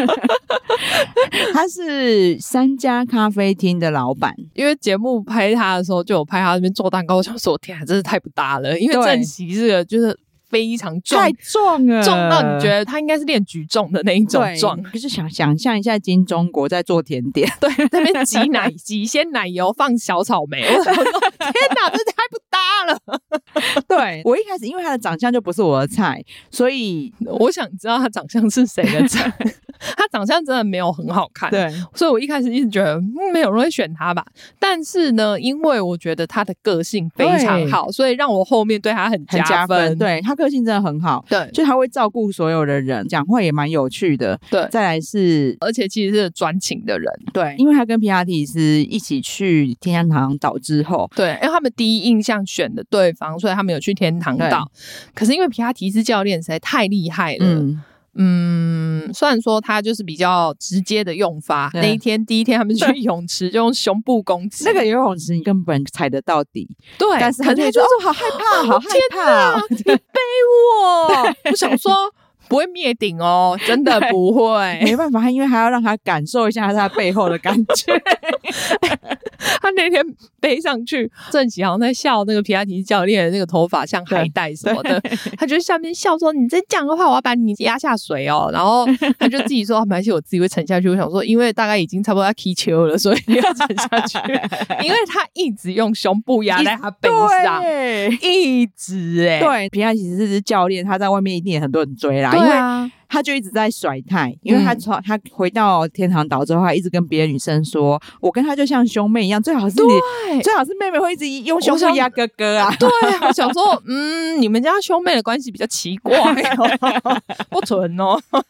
他是三家咖啡厅的老板， 因为节目拍他的时候就有拍他那边做蛋糕，我想说天啊，真是太不搭了，因为郑喜是个就是非常壮， 太壮了， 壮到你觉得他应该是练举重的那一种壮。 可是想想象一下金钟国在做甜点， 对，那边挤奶挤鲜奶油放小草莓，我想说天哪，这太不搭了。 对，我一开始因为他的长相就不是我的菜，所以我想知道他长相是谁的菜。他长相真的没有很好看，对，所以我一开始一直觉得、嗯、没有人会选他吧。但是呢，因为我觉得他的个性非常好，所以让我后面对他很加分。加分， 对，他个性真的很好，对，就他会照顾所有的人，讲话也蛮有趣的，对。再来是， 而且其实是专情的人， 对，因为他跟皮拉提斯一起去天堂岛之后， 对，因为他们第一印象选的对方，所以他们有去天堂岛。可是因为皮拉提斯教练实在太厉害了。嗯嗯，虽然说他就是比较直接的用法，那一天第一天他们去泳池就用胸部攻击， 那个游泳池你根本踩得到底， 对， 但是他就说、哦、好害怕，好害怕、哦， 你背我，我想说不会灭顶哦，真的不会， 没办法，因为还要让他感受一下他背后的感觉。 他那天背上去，郑喜好像在笑那个皮拉提斯教练的那个头发像海带什么的，他就下面笑说：“你再这样的话，我要把你压下水哦。”然后他就自己说：“没关系，我自己会沉下去。”我想说，因为大概已经差不多要踢球了，所以要沉下去。因为他一直用胸部压在他背上，一直哎、欸， 对，皮拉提斯是教练，他在外面一定也很多人追啦，对啊。因为他就一直在甩态，因为他从、嗯、他回到天堂岛之后，他一直跟别的女生说：“我跟他就像兄妹一样，最好是你，最好是妹妹会一直用胸部压哥哥啊。” 对，我想说，嗯，你们家兄妹的关系比较奇怪、哦，不纯哦。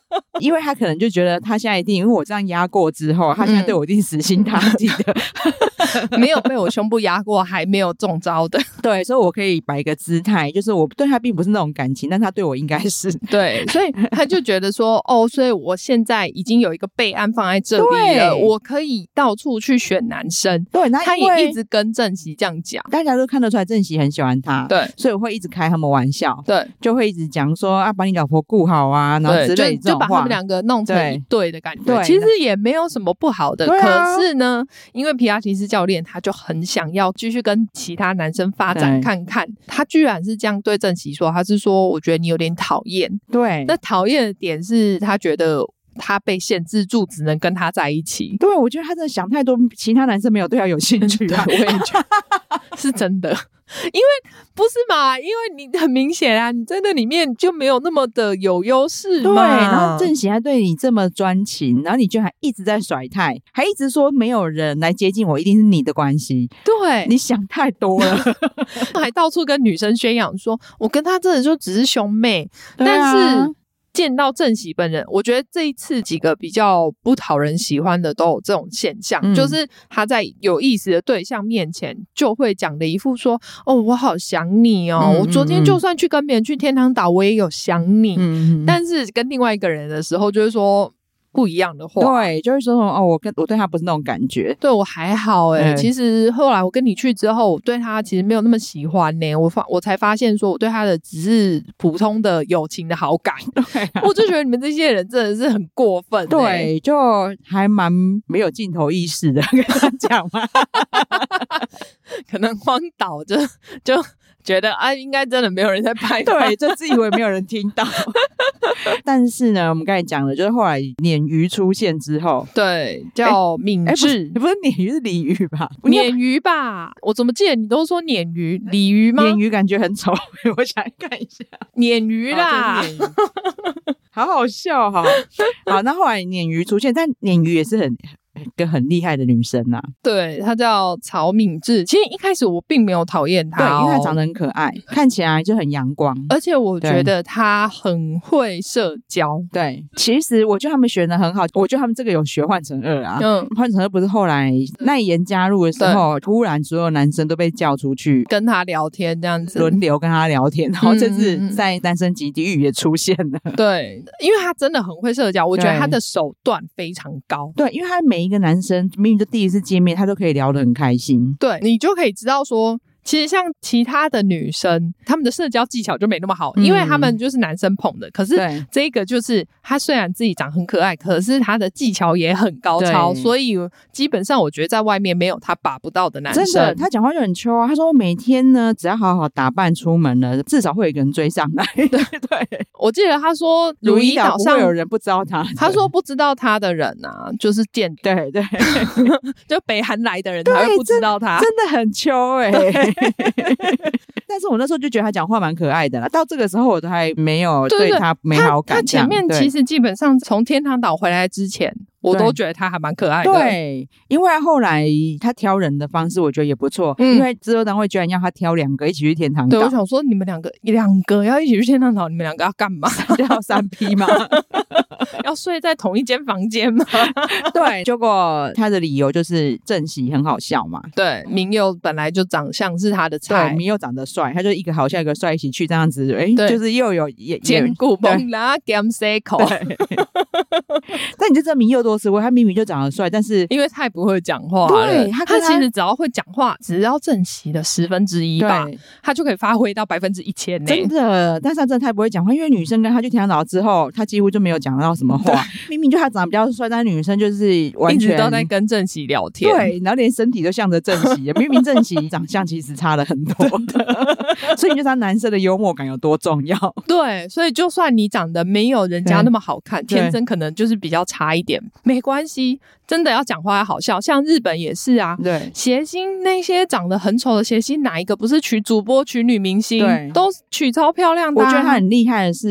因为他可能就觉得他现在一定因为我这样压过之后，他现在对我一定死心塌地的、 嗯、没有被我胸部压过还没有中招的。 对，所以我可以摆一个姿态，就是我对他并不是那种感情，但他对我应该是。 对，所以他就觉得说哦，所以我现在已经有一个备案放在这里了，我可以到处去选男生。 对，那他也一直跟正熙这样讲， 大家都看得出来正熙很喜欢他， 对， 所以我会一直开他们玩笑， 对， 就会一直讲说啊，把你老婆顾好啊，然后之类这种话， 就把他们两个弄成一对的感觉。 对， 其实也没有什么不好的，啊、可是呢，因为皮拉提斯教练他就很想要继续跟其他男生发展看看，他居然是这样对正熙说，他是说我觉得你有点讨厌。对，那讨厌的点是他觉得他被限制住，只能跟他在一起。 对，我觉得他真的想太多，其他男生没有对他有兴趣、啊、 对，我也觉得是真的。因为不是嘛，因为你很明显啊，你在那里面就没有那么的有优势嘛。 对，然后正熙还对你这么专情，然后你居然还一直在甩态，还一直说没有人来接近我，一定是你的关系。 对， 你想太多了。 还到处跟女生宣扬说我跟他真的就只是兄妹、啊、但是见到正熙本人，我觉得这一次几个比较不讨人喜欢的都有这种现象、嗯、就是他在有意思的对象面前就会讲的一副说哦我好想你哦、嗯、我昨天就算去跟别人去天堂岛我也有想你、嗯、但是跟另外一个人的时候就是说不一样的话， 对，就是说哦，我跟我对他不是那种感觉， 对我还好哎、欸。其实后来我跟你去之后，我对他其实没有那么喜欢呢、欸。我发我才发现说，我对他的只是普通的友情的好感。对、啊，我就觉得你们这些人真的是很过分、欸。 对，就还蛮没有镜头意识的，跟他讲嘛。 可能荒岛就就觉得啊，应该真的没有人在拍， 对，就自以为没有人听到。但是呢，我们刚才讲的，就是后来鲶鱼出现之后， 对，叫敏智， 欸欸、不是鲶鱼是鲤鱼吧？ 鲶鱼吧？我怎么记得你都说鲶鱼、鲤鱼吗？ 鲶鱼感觉很丑，我想看一下鲶鱼啦， 好好笑哈！好, 好，那后来鲶鱼出现，但鲶鱼也是很。一个很厉害的女生啊， 对，她叫曹敏智。其实一开始我并没有讨厌她、哦， 对，因为她长得很可爱，看起来就很阳光， 而且我觉得她很会社交。 对，其实我觉得他们选的很好，我觉得他们这个有学换成二啊。嗯，换成二不是后来奈妍加入的时候，突然所有男生都被叫出去跟她聊天，这样子轮流跟她聊天，然后这次在单身级地狱也出现了。 对，因为她真的很会社交，我觉得她的手段非常高。 对，因为她每一个男生明明就第一次见面，他都可以聊得很开心。 对，你就可以知道说其实像其他的女生她们的社交技巧就没那么好、嗯、因为她们就是男生捧的，可是这个就是她虽然自己长很可爱，可是她的技巧也很高超，所以基本上我觉得在外面没有她把不到的男生。 真的，她讲话就很秋啊，她说我每天呢只要好好打扮出门了，至少会有一个人追上来。对对， 我记得她说如意岛上不会有人不知道她， 她说不知道她的人啊就是贱， 对对就北韩来的人才会不知道她， 真的很秋哎、欸。但是我那时候就觉得他讲话蛮可爱的啦，到这个时候我都还没有对他没好感。 他前面其实基本上从天堂岛回来之前我都觉得他还蛮可爱的。 对，因为后来他挑人的方式我觉得也不错、嗯、因为制作单位居然让他挑两个一起去天堂岛。 对，我想说你们两个两个要一起去天堂岛，你们两个要干嘛？ 要三 P 吗？ 要睡在同一间房间吗？ 对，结果他的理由就是正熙很好笑嘛。 对，明佑本来就长相是他的菜， 对，明佑长得帅，他就一个好笑一个帅一起去这样子，哎，就是又有也兼顾崩啦 ，game cycle。 但你就知道明佑多吃亏，他明明就长得帅，但是因为太不会讲话了， 对，他, 他他其实只要会讲话，只要正熙的十分之一吧，他就可以发挥到百分之一千呢。 真的，但是他真的太不会讲话，因为女生跟他去天堂岛之后，他几乎就没有讲到什么话。明明就他长得比较帅，但是女生就是完全一直都在跟正熙聊天， 对，然后连身体都向着正熙，明明正熙长相其实差了很多的，所以你就知道男生的幽默感有多重要。 对，所以就算你长得没有人家那么好看，天生可能就是比较差一点，没关系，真的要讲话要好笑。像日本也是啊，对，谐星那些长得很丑的谐星，哪一个不是娶主播娶女明星？对，都娶超漂亮的、啊。 我觉得他很厉害的是，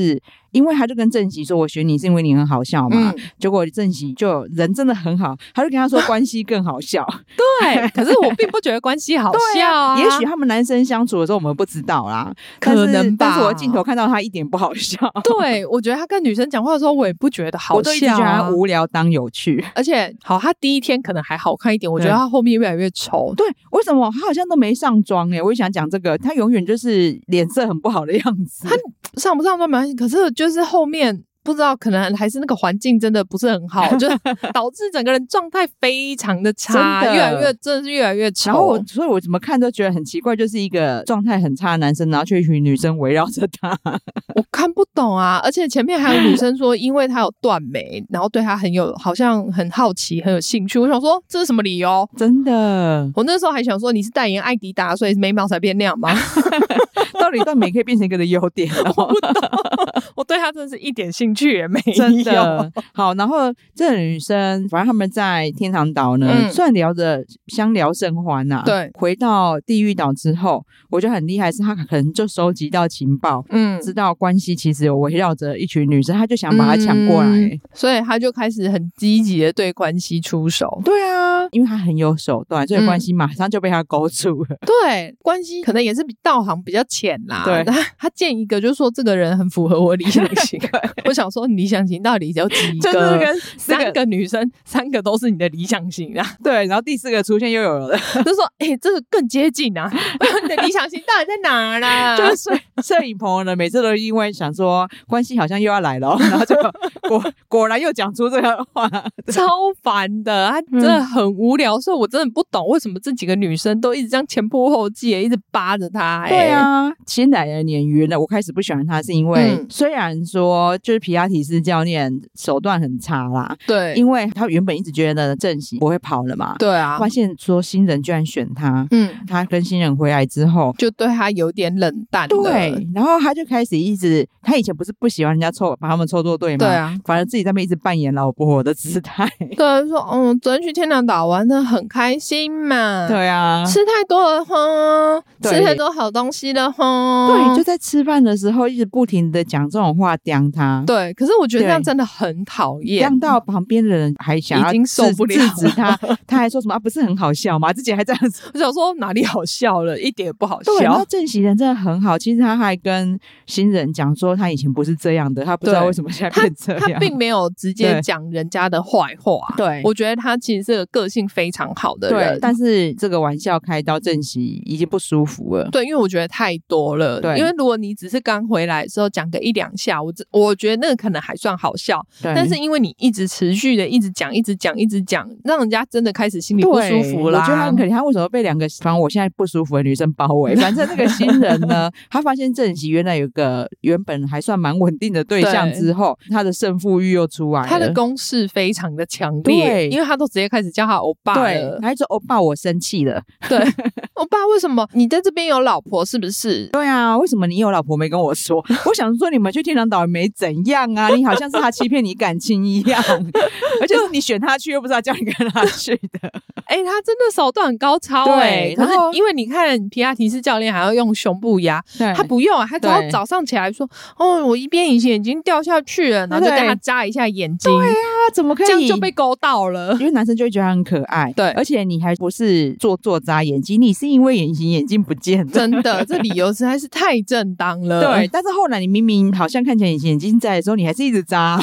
因为他就跟郑喜说我选你是因为你很好笑嘛、嗯、结果郑喜就人真的很好，他就跟他说关系更好笑对，可是我并不觉得关系好笑啊, 啊也许他们男生相处的时候我们不知道啦， 可能吧， 但是我镜头看到他一点不好笑。 对，我觉得他跟女生讲话的时候我也不觉得好笑、啊、 我都一直觉得他无聊当有趣， 而且好他第一天可能还好看一点，我觉得他后面越来越丑。 对，为什么他好像都没上妆耶？我也想讲这个，他永远就是脸色很不好的样子。 他上不上妆没关系，可是就是后面不知道可能还是那个环境真的不是很好，就导致整个人状态非常的差，真的越来越真的是越来越丑。 然后我所以我怎么看都觉得很奇怪，就是一个状态很差的男生，然后却一群女生围绕着他。 我看不懂啊，而且前面还有女生说因为他有断眉，然后对他很有好像很好奇很有兴趣，我想说这是什么理由？ 真的， 我那时候还想说你是代言艾迪达所以眉毛才变那样吗？ 到底断眉可以变成一个的优点、哦、 我不懂，我对他真的是一点兴趣也没有。 真的好，然后这个女生反正他们在天堂岛呢、嗯、虽然聊着相聊甚欢啊， 对， 回到地狱岛之后我觉得很厉害是他可能就收集到情报，嗯，知道关系其实有围绕着一群女生，他就想把她抢过来、嗯、 所以他就开始很积极的对关系出手。 对啊，因为他很有手段，所以关系马上就被他勾住了、 嗯、对，关系可能也是比道行比较浅啦， 对， 他他见一个就说这个人很符合我理想型我想说你理想型到底有几个？就是跟三个女生三个都是你的理想型啊。 对，然后第四个出现又有了就说哎、欸，这个更接近啊你的理想型到底在哪儿啦？ 就是摄影朋友呢每次都因为想说关系好像又要来了，然后就果果然又讲出这个话超烦的，他真的很无聊、嗯、所以我真的不懂为什么这几个女生都一直这样前仆后继一直扒着他、欸、 对啊，新来的鲶鱼呢我开始不喜欢他是因为、嗯、虽然说就是皮拉提斯教练手段很差啦， 对， 因为他原本一直觉得郑喜不会跑了嘛， 对啊， 发现说新人居然选他，嗯，他跟新人回来之后就对他有点冷淡了， 对，然后他就开始一直他以前不是不喜欢人家凑把他们凑作对吗？ 对啊， 反而自己在那边一直扮演老婆的姿态对，说嗯，昨天去天堂岛玩的很开心嘛， 对啊， 吃太多了哈，吃太多好东西了哈， 对，就在吃饭的时候一直不停的讲这种话刁他， 对，可是我觉得这样真的很讨厌， 刁到旁边的人还想要已经受不了制止他他还说什么啊不是很好笑吗？自己还这样子， 我想说哪里好笑了，一点也不好笑。 对，然后郑喜人真的很好，其实他还跟新人讲说他以前不是这样的，他不知道为什么现在变这样， 他, 他并没有直接讲人家的坏话， 对， 我觉得他其实是个个性非常好的人， 对，但是这个玩笑开到郑喜已经不舒服了， 对，因为我觉得太多了，对，因为如果你只是刚回来的时候讲个一两下，我我觉得那个可能还算好笑，但是因为你一直持续的一直讲一直讲一直讲，让人家真的开始心里不舒服啦。 我觉得他很可怜，他为什么被两个反正我现在不舒服的女生包围？反正那个新人呢他发现郑喜原来有个原本还算蛮稳定的对象之后，他的胜负欲又出来了， 他的攻势非常的强烈，因为他都直接开始叫他欧巴了， 对，他说欧巴我生气了， 对欧巴为什么你在这边有老婆是不是？ 对啊，为什么你有老婆没跟我说？我想说你们去天堂岛没怎样啊，你好像是他欺骗你感情一样而且是你选他去又不是他叫你跟他去的哎、欸，他真的手段很高超哎、欸，可是因为你看皮拉提斯教练还要用胸部压，他不用啊，他只要早上起来说哦我一边隐形眼镜掉下去了，然后就跟他扎一下眼睛， 对啊，怎么可以这样就被勾到了？ 因为男生就会觉得他很可爱， 对， 而且你还不是做做扎眼睛，你是因为隐形眼镜不见的， 真的这理由实在是太正当了。 对，但是后来你明明好像看起来隐形眼镜在的时候你还是一直扎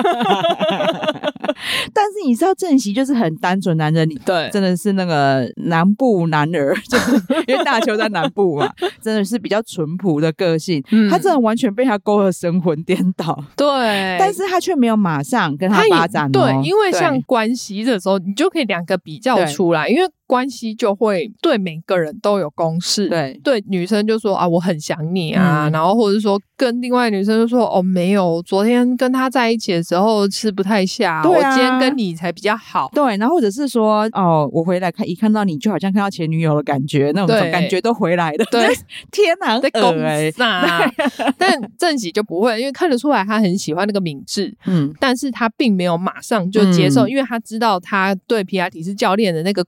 但是你知道郑喜就是很单纯男人， 对， 真的是那个南部男儿，就是因为大邱在南部嘛真的是比较淳朴的个性、嗯、他真的完全被他勾得神魂颠倒， 对， 但是他却没有马上跟他发展、哦、 对，因为像关系的时候你就可以两个比较出来，因为关系就会对每个人都有公式， 对对，女生就说啊我很想你啊、嗯、然后或者说跟另外女生就说哦没有，昨天跟他在一起的时候吃不太下、啊、我今天跟你才比较好， 对，然后或者是说哦我回来看一看到你就好像看到前女友的感觉，那种感觉都回来了， 对天哪， 在公煞但郑喜就不会，因为看得出来他很喜欢那个敏智，嗯，但是他并没有马上就接受、嗯、因为他知道他对皮拉提斯教练的那个关系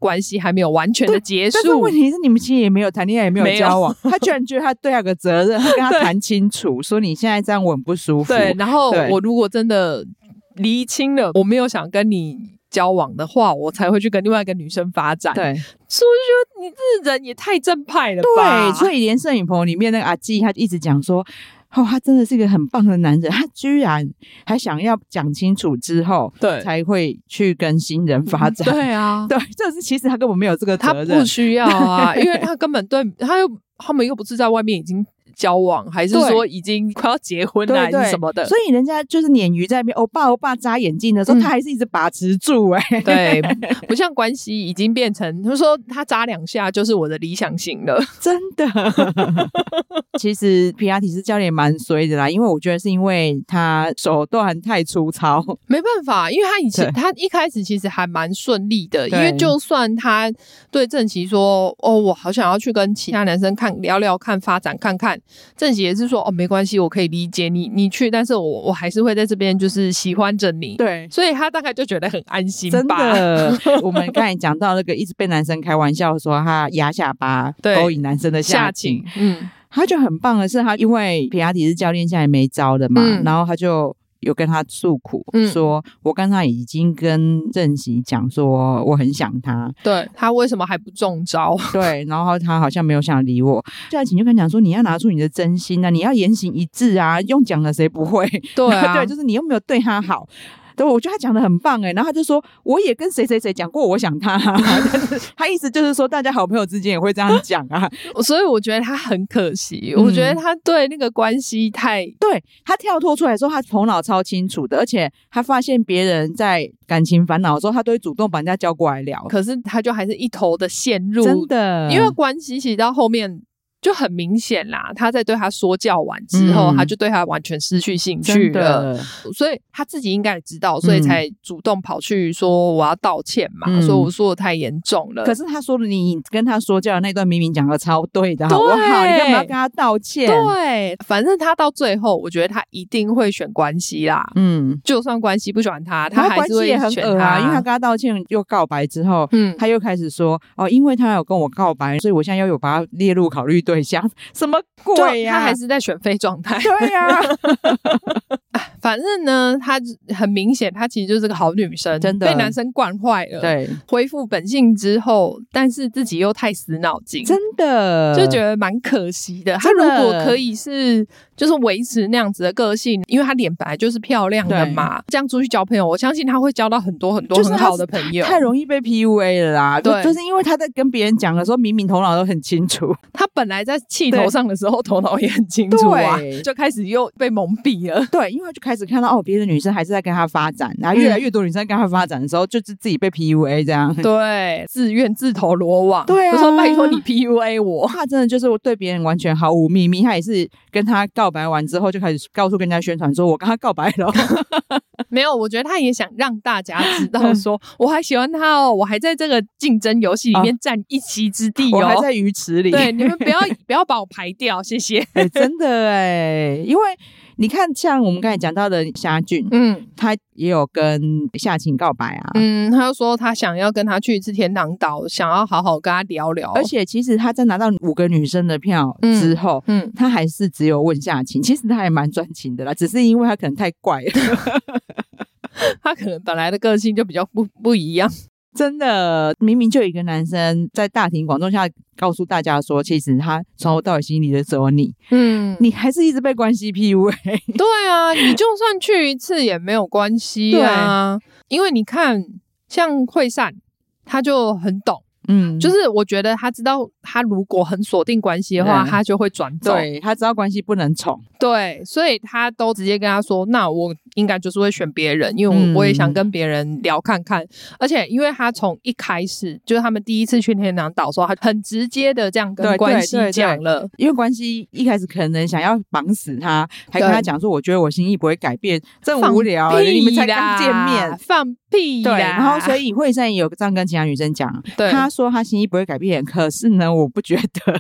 还没有完全的结束。 但是问题是你们其实也没有谈恋爱，也没有交往，他居然觉得他对他有个责任，他跟他谈清楚说你现在这样我很不舒服。 对，然后我如果真的厘清了我没有想跟你交往的话，我才会去跟另外一个女生发展。 对， 所以我就觉得你这人也太正派了吧。 对，所以连摄影棚里面那个阿纪他一直讲说哦，他真的是一个很棒的男人，他居然还想要讲清楚之后，对，才会去跟新人发展。 对啊， 对，这是其实他根本没有这个责任， 他不需要啊，因为他根本对他又他们又不是在外面已经交往，还是说已经快要结婚了还是什么的。 所以人家就是鲶鱼在那边欧巴欧巴眨眼睛的时候、嗯、他还是一直把持住哎、欸。 对，不像关系已经变成他说他眨两下就是我的理想型了， 真的。其实皮拉提斯教练蛮衰的啦，因为我觉得是因为他手段太粗糙， 没办法，因为他以前他一开始其实还蛮顺利的，因为就算他对郑琦说哦我好想要去跟其他男生看聊聊看发展看看，郑琦也是说哦没关系我可以理解你你去，但是我我还是会在这边就是喜欢着你。 对， 所以他大概就觉得很安心吧。 真的。我们刚才讲到那个一直被男生开玩笑说他压下巴勾引男生的下倾，嗯，他就很棒的是他因为皮拉提斯教练现在没招了嘛、嗯、然后他就有跟他诉苦、嗯、说我刚才已经跟郑琦讲说我很想他， 对，他为什么还不中招？ 对，然后他好像没有想理我。夏晴就跟他讲说你要拿出你的真心啊，你要言行一致啊，用讲的谁不会？ 对啊， 对，就是你有没有对他好。对，我觉得他讲得很棒哎，然后他就说我也跟谁谁谁讲过我想他、啊、但是他意思就是说大家好朋友之间也会这样讲啊。 所以我觉得他很可惜、嗯、我觉得他对那个关系太， 对，他跳脱出来说他头脑超清楚的，而且他发现别人在感情烦恼的时候他都会主动把人家叫过来聊， 可是他就还是一头的陷入， 真的， 因为关系其实到后面就很明显啦，他在对他说教完之后、嗯、他就对他完全失去兴趣了，所以他自己应该也知道，所以才主动跑去说我要道歉嘛、嗯、说我说的太严重了。 可是他说的你跟他说教的那段明明讲的超对的好不好，你干嘛要跟他道歉？ 对，反正他到最后我觉得他一定会选关系啦，嗯，就算关系不喜欢他他还是会选他、 啊、因为他跟他道歉又告白之后、嗯、他又开始说哦，因为他有跟我告白所以我现在又有把他列入考虑对象，什么鬼呀、啊？ 他还是在选妃状态。 对呀、 啊，反正呢，他很明显，他其实就是个好女生，真的被男生惯坏了。对，恢复本性之后，但是自己又太死脑筋， 真的就觉得蛮可惜的。他如果可以是就是维持那样子的个性，因为他脸本来就是漂亮的嘛，这样出去交朋友，我相信他会交到很多很多很好的朋友。 就是、太容易被 P U A 了啦，对，就是因为他在跟别人讲的时候，明明头脑都很清楚， 他本来在气头上的时候头脑也很清楚啊，就开始又被蒙蔽了。 对，因为他就开始看到哦，别的女生还是在跟他发展，然后越来越多女生跟他发展的时候，就是自己被 P U A 这样。 对，自愿自投罗网。 对啊， 我说拜托你 P U A 我。 他真的就是我对别人完全毫无秘密，他也是跟他告白完之后就开始告诉跟人家宣传说我跟他告白了。 没有，我觉得他也想让大家知道说我还喜欢他哦，我还在这个竞争游戏里面占一席之地哦， 我还在鱼池里。 对，你们不要不要把我排掉，谢谢。 欸、真的哎，因为你看，像我们刚才讲到的夏俊，嗯，他也有跟夏晴告白啊， 嗯，他就说他想要跟他去一次天堂岛，想要好好跟他聊聊。 而且其实他在拿到五个女生的票之后，嗯，嗯他还是只有问夏晴，其实他还蛮专情的啦，只是因为他可能太怪了， 他可能本来的个性就比较不不一样。 真的，明明就有一个男生在大庭广众下告诉大家说，其实他从头到尾心里的只有你，嗯，你还是一直被关系 P U A。 对啊，你就算去一次也没有关系啊，因为你看，像惠善，他就很懂。嗯，就是我觉得他知道他如果很锁定关系的话、嗯、他就会转走， 对，他知道关系不能宠， 对，所以他都直接跟他说那我应该就是会选别人，因为 我,、嗯、我也想跟别人聊看看，而且因为他从一开始就是他们第一次去天堂岛的时候他很直接的这样跟关系讲了，对对对对， 因为关系一开始可能想要绑死他，还跟他讲说我觉得我心意不会改变，真无聊，你们才刚见面， 放屁啦， 对，然后所以惠善也有这样跟其他女生讲，对，他说他心意不会改变，可是呢我不觉得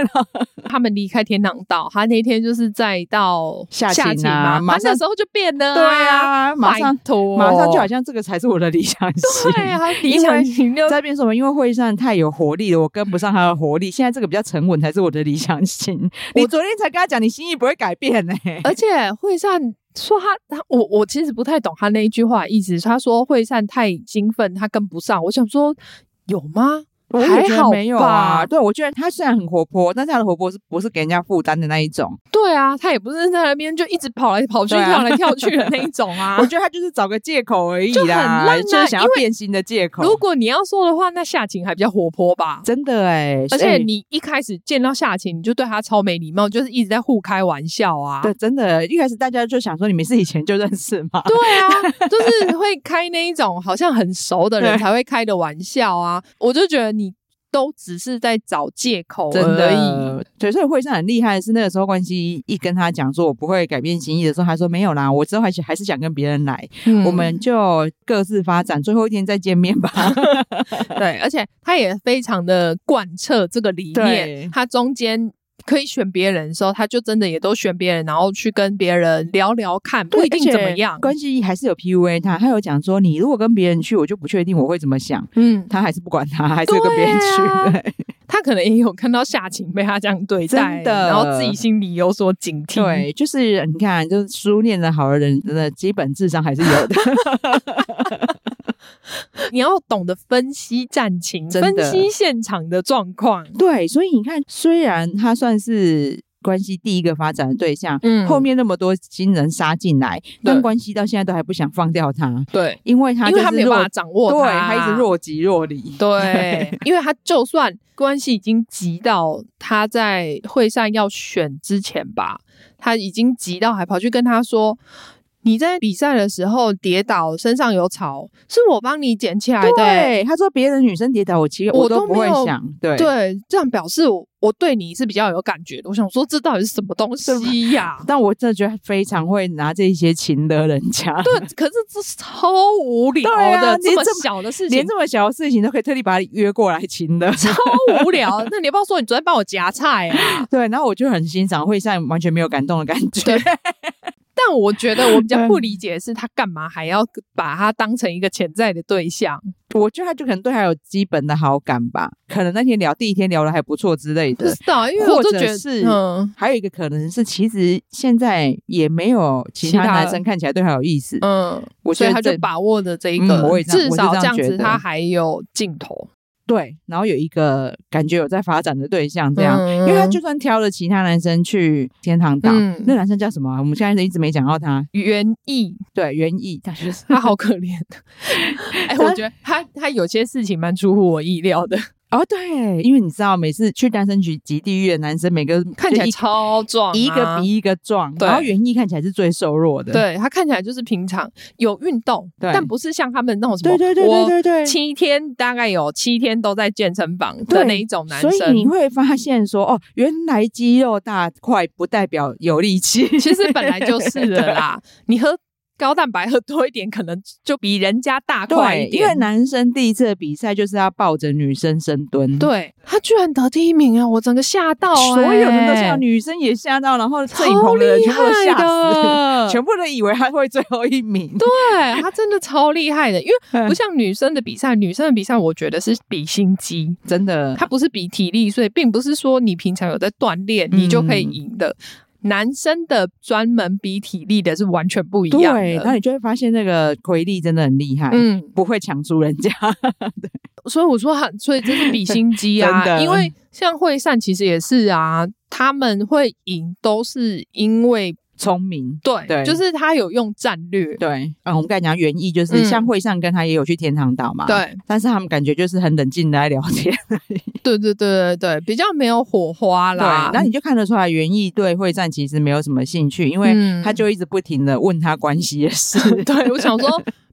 他们离开天堂岛，他那天就是再到夏晴啊， 他那时候就变了啊， 对啊，马上马上就好像这个才是我的理想型。 对啊，理想型就在变什么？因为惠善太有活力了，我跟不上他的活力。现在这个比较沉稳才是我的理想型。你昨天才跟他讲，你心意不会改变呢、欸。 而且惠善说他他我我其实不太懂他那一句话的意思。他说惠善太兴奋，他跟不上。我想说有吗？还好没有啊，对，我觉得他虽然很活泼，但是他的活泼是不是给人家负担的那一种？ 对啊，他也不是在那边就一直跑来跑去、啊、跳来跳去的那一种啊。 我觉得他就是找个借口而已啦， 就很烂啊， 就是想要变心的借口。 如果你要说的话，那夏晴还比较活泼吧？ 真的哎、欸， 而且你一开始见到夏晴，你就对他超没礼貌，就是一直在互开玩笑啊。 对，真的，一开始大家就想说你们是以前就认识吗？ 对啊，就是会开那一种好像很熟的人才会开的玩笑啊。我就觉得你都只是在找借口而已。 对，所以惠善很厉害的是，那个时候关系一跟他讲说我不会改变心意的时候，他说没有啦，我之后还是还是想跟别人来、嗯，我们就各自发展，最后一天再见面吧。 对，而且他也非常的贯彻这个理念，他中间可以选别人的时候，他就真的也都选别人，然后去跟别人聊聊看，不一定怎么样。 关系还是有 P U A 他，他有讲说，你如果跟别人去，我就不确定我会怎么想。嗯，他还是不管他，还是跟别人去。对啊，对， 他可能也有看到夏晴被他这样对待，真的，然后自己心里有所警惕。 对，就是你看，就是书念得好的人的基本智商还是有的。 你要懂得分析战情，分析现场的状况。 对，所以你看，虽然他算是关系第一个发展的对象，嗯，后面那么多新人杀进来，但关系到现在都还不想放掉他。 对， 因为他、就是、 因为他没有办法掌握他， 对，他一直若即若离。 对，因为他就算关系已经急到他在惠善要选之前吧，他已经急到还跑去跟他说，你在比赛的时候跌倒，身上有草，是我帮你捡起来的。 对，他说别的女生跌倒，我其实我都不会想。对对，这样表示我我对你是比较有感觉的。我想说，这到底是什么东西呀、啊？ 但我真的觉得非常会拿这些情的人家。 对，可是这是超无聊的，啊、这么小的事情， 连这么小的事情都可以特地把你约过来情的， 超无聊。那你要不要说你昨天帮我夹菜啊？ 对，然后我就很欣赏惠善完全没有感动的感觉。 对。但我觉得我比较不理解的是，他干嘛还要把他当成一个潜在的对象？ 我觉得他就可能对他有基本的好感吧，可能那天聊第一天聊得还不错之类的。 不知道，因为我就觉得是，嗯，还有一个可能是，其实现在也没有其他男生看起来对他有意思。嗯，我觉得所以他就把握着这一个，嗯、 这至少这样子他还有镜头。 对，然后有一个感觉有在发展的对象，这样、嗯，因为他就算挑了其他男生去天堂岛，嗯、那男生叫什么、啊？我们现在一直没讲到他。 袁毅， 对，袁毅，他就是他好可怜。哎、欸，我觉得他他有些事情蛮出乎我意料的。 哦，对，因为你知道，每次去单身局极地狱的男生，每个看起来超壮、啊， 一个比一个壮。然后袁毅看起来是最瘦弱的， 对，他看起来就是平常有运动，但不是像他们那种什么， 对对对对对对， 七天大概有七天都在健身房的那一种男生。 所以你会发现说，哦，原来肌肉大块不代表有力气， 其实本来就是的啦。你喝高蛋白喝多一点，可能就比人家大块一点。 因为男生第一次的比赛就是要抱着女生深蹲， 对，他居然得第一名啊！我整个吓到、欸， 所有人都吓到，女生也吓到，然后摄影棚的人全部都吓死，全部都以为他会最后一名。 对，他真的超厉害的，因为不像女生的比赛，女生的比赛我觉得是比心机， 真的， 他不是比体力，所以并不是说你平常有在锻炼、嗯、你就可以赢的。男生的专门比体力的是完全不一样的， 对，然后你就会发现那个奎利真的很厉害，嗯，不会抢输人家。 所以我说他，所以这是比心机啊，因为像惠善其实也是啊，他们会赢都是因为聪明， 对对，就是他有用战略， 对，嗯，我们刚才讲原意就是、嗯、像惠善跟他也有去天堂岛嘛， 对， 但是他们感觉就是很冷静的在聊天而已， 对对对对对，比较没有火花啦。 对，那你就看得出来原意对惠善其实没有什么兴趣，因为他就一直不停的问他关系的事。 嗯、对，我想说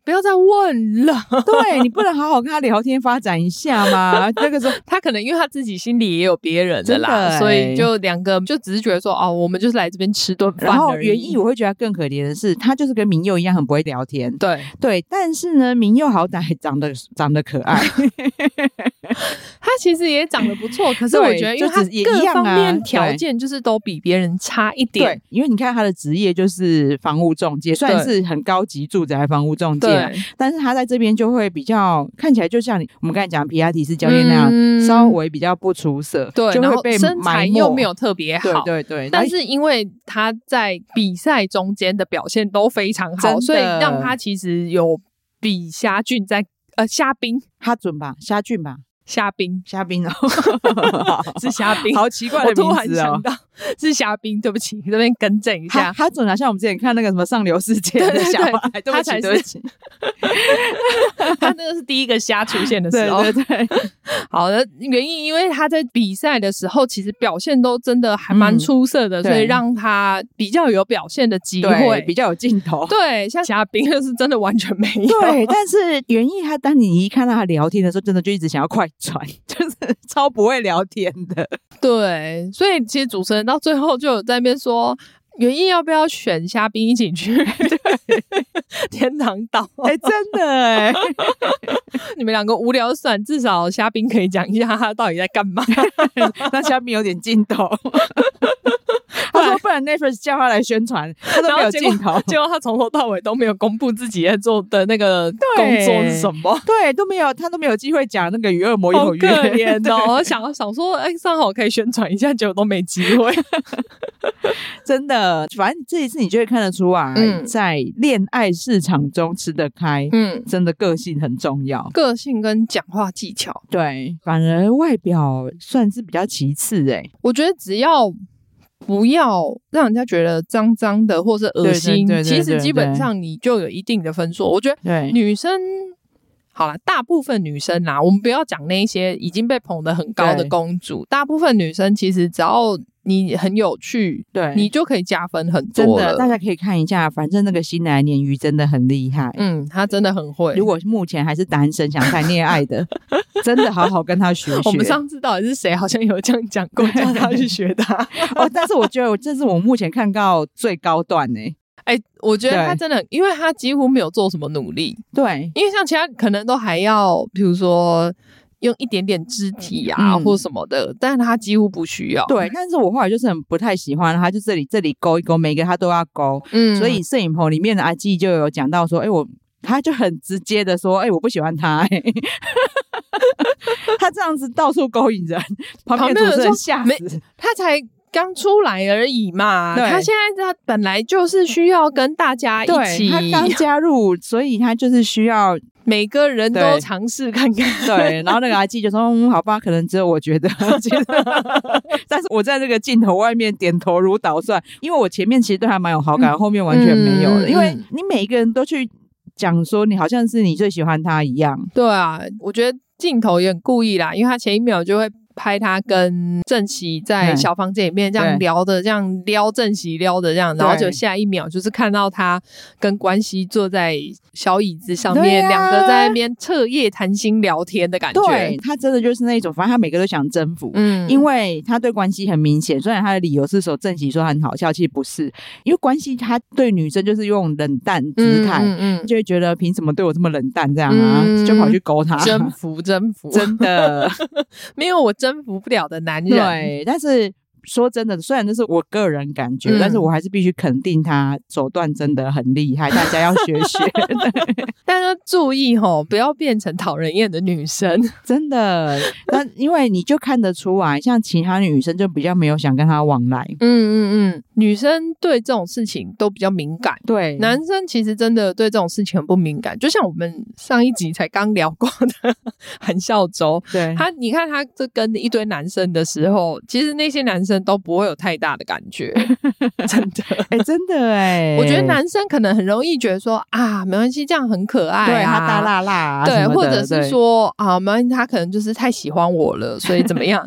不要再问了。 对，你不能好好跟他聊天发展一下吗？那个时候他可能因为他自己心里也有别人的啦， 欸、 所以就两个就只是觉得说哦，我们就是来这边吃顿饭。 然后元义我会觉得他更可怜的是，他就是跟明佑一样很不会聊天。 对对，但是呢，明佑好歹长得长得可爱。 他其实也长得不错，可是我觉得因为他各方面条件就是都比别人差一点。 对，因为你看他的职业就是房屋中介，虽然是很高级住宅房屋中介，但是他在这边就会比较看起来就像你我们刚才讲皮拉提斯教练那样、嗯、稍微比较不出色， 对， 就会被身材又没有特别好， 对对对， 但是因为他在比赛中间的表现都非常好，所以让他其实有比虾俊在呃虾兵他准吧，虾俊吧， 虾兵， 虾兵哦， 是虾兵， 好奇怪的名字哦。 我突然想到是虾兵，对不起，这边更正一下。 他准啊，像我们之前看那个什么上流世界的小孩，对不起，对不起， 他那个是第一个虾出现的时候。 对对对， 好的原因，因为他在比赛的时候其实表现都真的还蛮出色的、嗯，所以让他比较有表现的机会， 比较有镜头。 对，像虾兵是真的完全没有。 对，但是元义他当你一看到他聊天的时候，真的就一直想要快转，就是超不会聊天的。 对，所以其实主持人到最后就有在那边说，元义要不要选虾兵一起去天堂岛？ 哎、欸，真的哎、欸， 你们两个无聊算，至少虾兵可以讲一下他到底在干嘛。 那虾兵有点劲头。他说不然 Netflix 叫他来宣传，他都没有镜头， 结果他从头到尾都没有公布自己在做的那个工作是什么， 对，都没有，他都没有机会讲那个与恶魔有约， 好可怜哦。我想想说，哎、欸，正好可以宣传一下，结果都没机会。 真的，反正这一次你就会看得出来，嗯、在恋爱市场中吃得开，嗯，真的个性很重要， 个性跟讲话技巧， 对，反而外表算是比较其次哎、欸。 我觉得只要不要让人家觉得脏脏的或是恶心，对对对对对，其实基本上你就有一定的分数。我觉得女生好啦，大部分女生啦，我们不要讲那些已经被捧得很高的公主，大部分女生其实只要你很有趣，对，你就可以加分很多了。 真的，大家可以看一下，反正那个新来鲶鱼真的很厉害， 嗯，他真的很会。 如果目前还是单身想谈恋爱的，真的好好跟他学学。 我们上次到底是谁好像有这样讲过，叫他去学他。 哦，但是我觉得这是我目前看到最高段呢、欸。 哎、欸，我觉得他真的，因为他几乎没有做什么努力， 对， 因为像其他可能都还要，比如说用一点点肢体啊、嗯、或什么的，但是他几乎不需要。 对，但是我后来就是很不太喜欢他，就这里这里勾一勾，每个他都要勾，嗯，所以摄影棚里面的阿纪就有讲到说，哎、欸，我他就很直接的说，哎、欸，我不喜欢他、欸，他这样子到处勾引人，旁边主持人吓死， 他才刚出来而已嘛，他现在他本来就是需要跟大家一起， 他刚加入，所以他就是需要每个人都尝试看看。 对，然后那个阿纪就说：“嗯，好吧，可能只有我觉得，但是我在这个镜头外面点头如捣蒜，因为我前面其实对他蛮有好感，嗯、后面完全没有了、嗯，因为你每一个人都去讲说你好像是你最喜欢他一样。 对啊，我觉得镜头也很故意啦，因为他前一秒就会拍他跟郑熙在小房间里面这样聊的，这样撩郑熙撩的这样，然后就下一秒就是看到他跟关西坐在小椅子上面，两、啊、个在那边彻夜谈心聊天的感觉。 对，他真的就是那种，反正他每个都想征服，嗯，因为他对关西很明显，虽然他的理由是说郑熙说他很好笑，其实不是，因为关西他对女生就是用冷淡姿态，嗯嗯嗯，就会觉得凭什么对我这么冷淡这样啊，嗯、就跑去勾他， 征服征服， 真的没有我征服不了的男人。 对，但是说真的，虽然这是我个人感觉、嗯、但是我还是必须肯定他手段真的很厉害，大家要学学。 但是注意齁，不要变成讨人厌的女生， 真的。但因为你就看得出来，像其他女生就比较没有想跟他往来。 嗯嗯嗯，女生对这种事情都比较敏感， 对， 男生其实真的对这种事情很不敏感。就像我们上一集才刚聊过的韩孝周，对他，你看他这跟一堆男生的时候，其实那些男生都不会有太大的感觉，真的， 哎、欸，真的哎、欸， 我觉得男生可能很容易觉得说啊，没关系，这样很可爱、啊， 对他大辣辣、啊， 对，或者是说啊，没关系，他可能就是太喜欢我了，所以怎么样？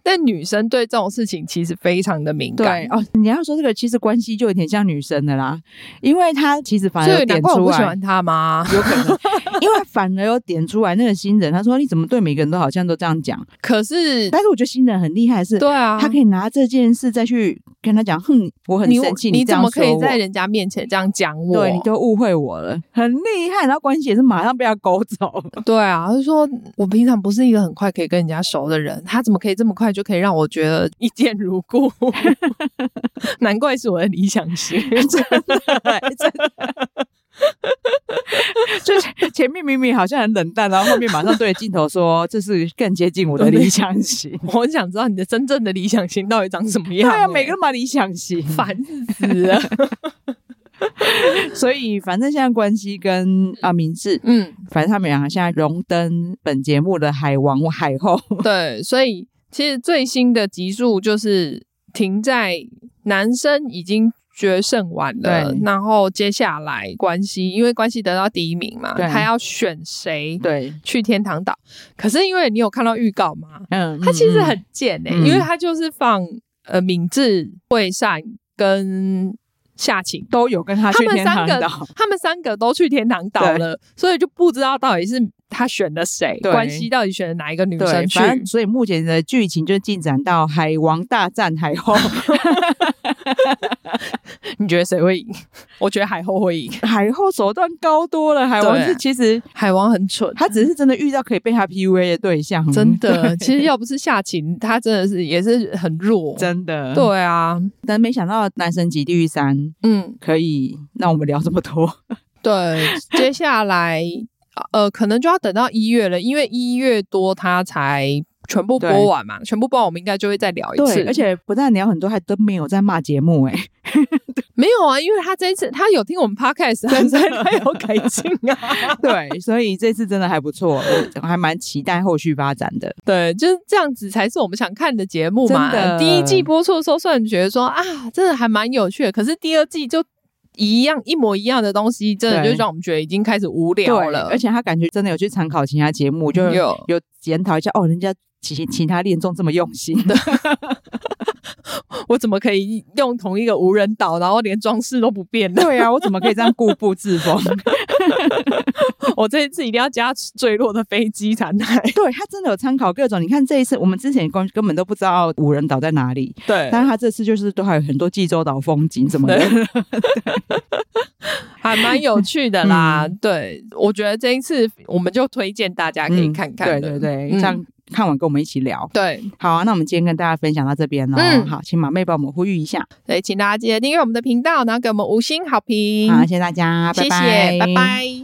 但女生对这种事情其实非常的敏感。 对哦，你要说这个其实关系就有点像女生的啦，因为他其实反而有点出来， 所以难怪我不喜欢他吗？ 有可能因为反而有点出来那个新人，他说你怎么对每个人都好像都这样讲， 可是但是我觉得新人很厉害的是， 对啊， 他可以拿这件事再去跟他讲，哼，我很生气， 你这样说我， 你怎么可以在人家面前这样讲我？ 对，你就误会我了，很厉害，然后关系也是马上被他勾走。 对啊，他就说我平常不是一个很快可以跟人家熟的人，他怎么可以这么快就可以让我觉得一见如故？难怪是我的理想型，真的真的。 就前面明明好像很冷淡，然后后面马上对着镜头说这是更接近我的理想型。 我很想知道你的真正的理想型到底长什么样、欸、 对啊，每个人嘛理想型， 烦死了。 所以反正现在关系跟啊明志，嗯，反正他们两个现在荣登本节目的海王海后。 对，所以其实最新的集数就是停在男生已经决胜完了，然后接下来关系，因为关系得到第一名嘛，他要选谁对去天堂岛。可是因为你有看到预告吗？嗯，他其实很贱欸、嗯、因为他就是放呃敏智、惠善跟夏晴都有跟他去天堂岛， 他们三个他们三个都去天堂岛了，所以就不知道到底是他选了谁，关系到底选了哪一个女生去。 反正所以目前的剧情就进展到海王大战海后。 你觉得谁会赢？我觉得海后会赢。 海后手段高多了，海王是其实海王很蠢， 他只是真的遇到可以被他 P U A 的对象， 真的。其实要不是夏晴，他真的是也是很弱， 真的。 对啊， 但没想到男神级地狱三，嗯，可以让我们聊这么多。 对，接下来呃，可能就要等到一月了，因为一月多他才全部播完嘛，全部播完我们应该就会再聊一次。 对，而且不但聊很多，还都没有在骂节目哎、欸。 没有啊，因为他这一次他有听我们 podcast， 所以他有改进啊。 对，所以这次真的还不错，我还蛮期待后续发展的。 对，就是这样子才是我们想看的节目嘛。第一季播出的时候，虽然觉得说啊，真的还蛮有趣的，可是第二季就一样一模一样的东西，真的就让我们觉得已经开始无聊了。 而且他感觉真的有去参考其他节目，就有有检讨一下哦，人家其其他恋综这么用心的。 我怎么可以用同一个无人岛，然后连装饰都不变的？ 对啊，我怎么可以这样固步自封？ 我这一次一定要加坠落的飞机残骸。 对，他真的有参考各种。你看这一次，我们之前根本都不知道无人岛在哪里，对，但是他这次就是都还有很多济州岛风景什么的， 还蛮有趣的啦。嗯、对，我觉得这一次我们就推荐大家可以看看、 嗯。对对对，这样。嗯看完跟我们一起聊。 对， 好啊，那我们今天跟大家分享到这边咯。嗯，好，请马妹帮我们呼吁一下。 对，请大家记得订阅我们的频道，然后给我们五星好评。 好，谢谢大家，拜拜， 谢谢，拜拜。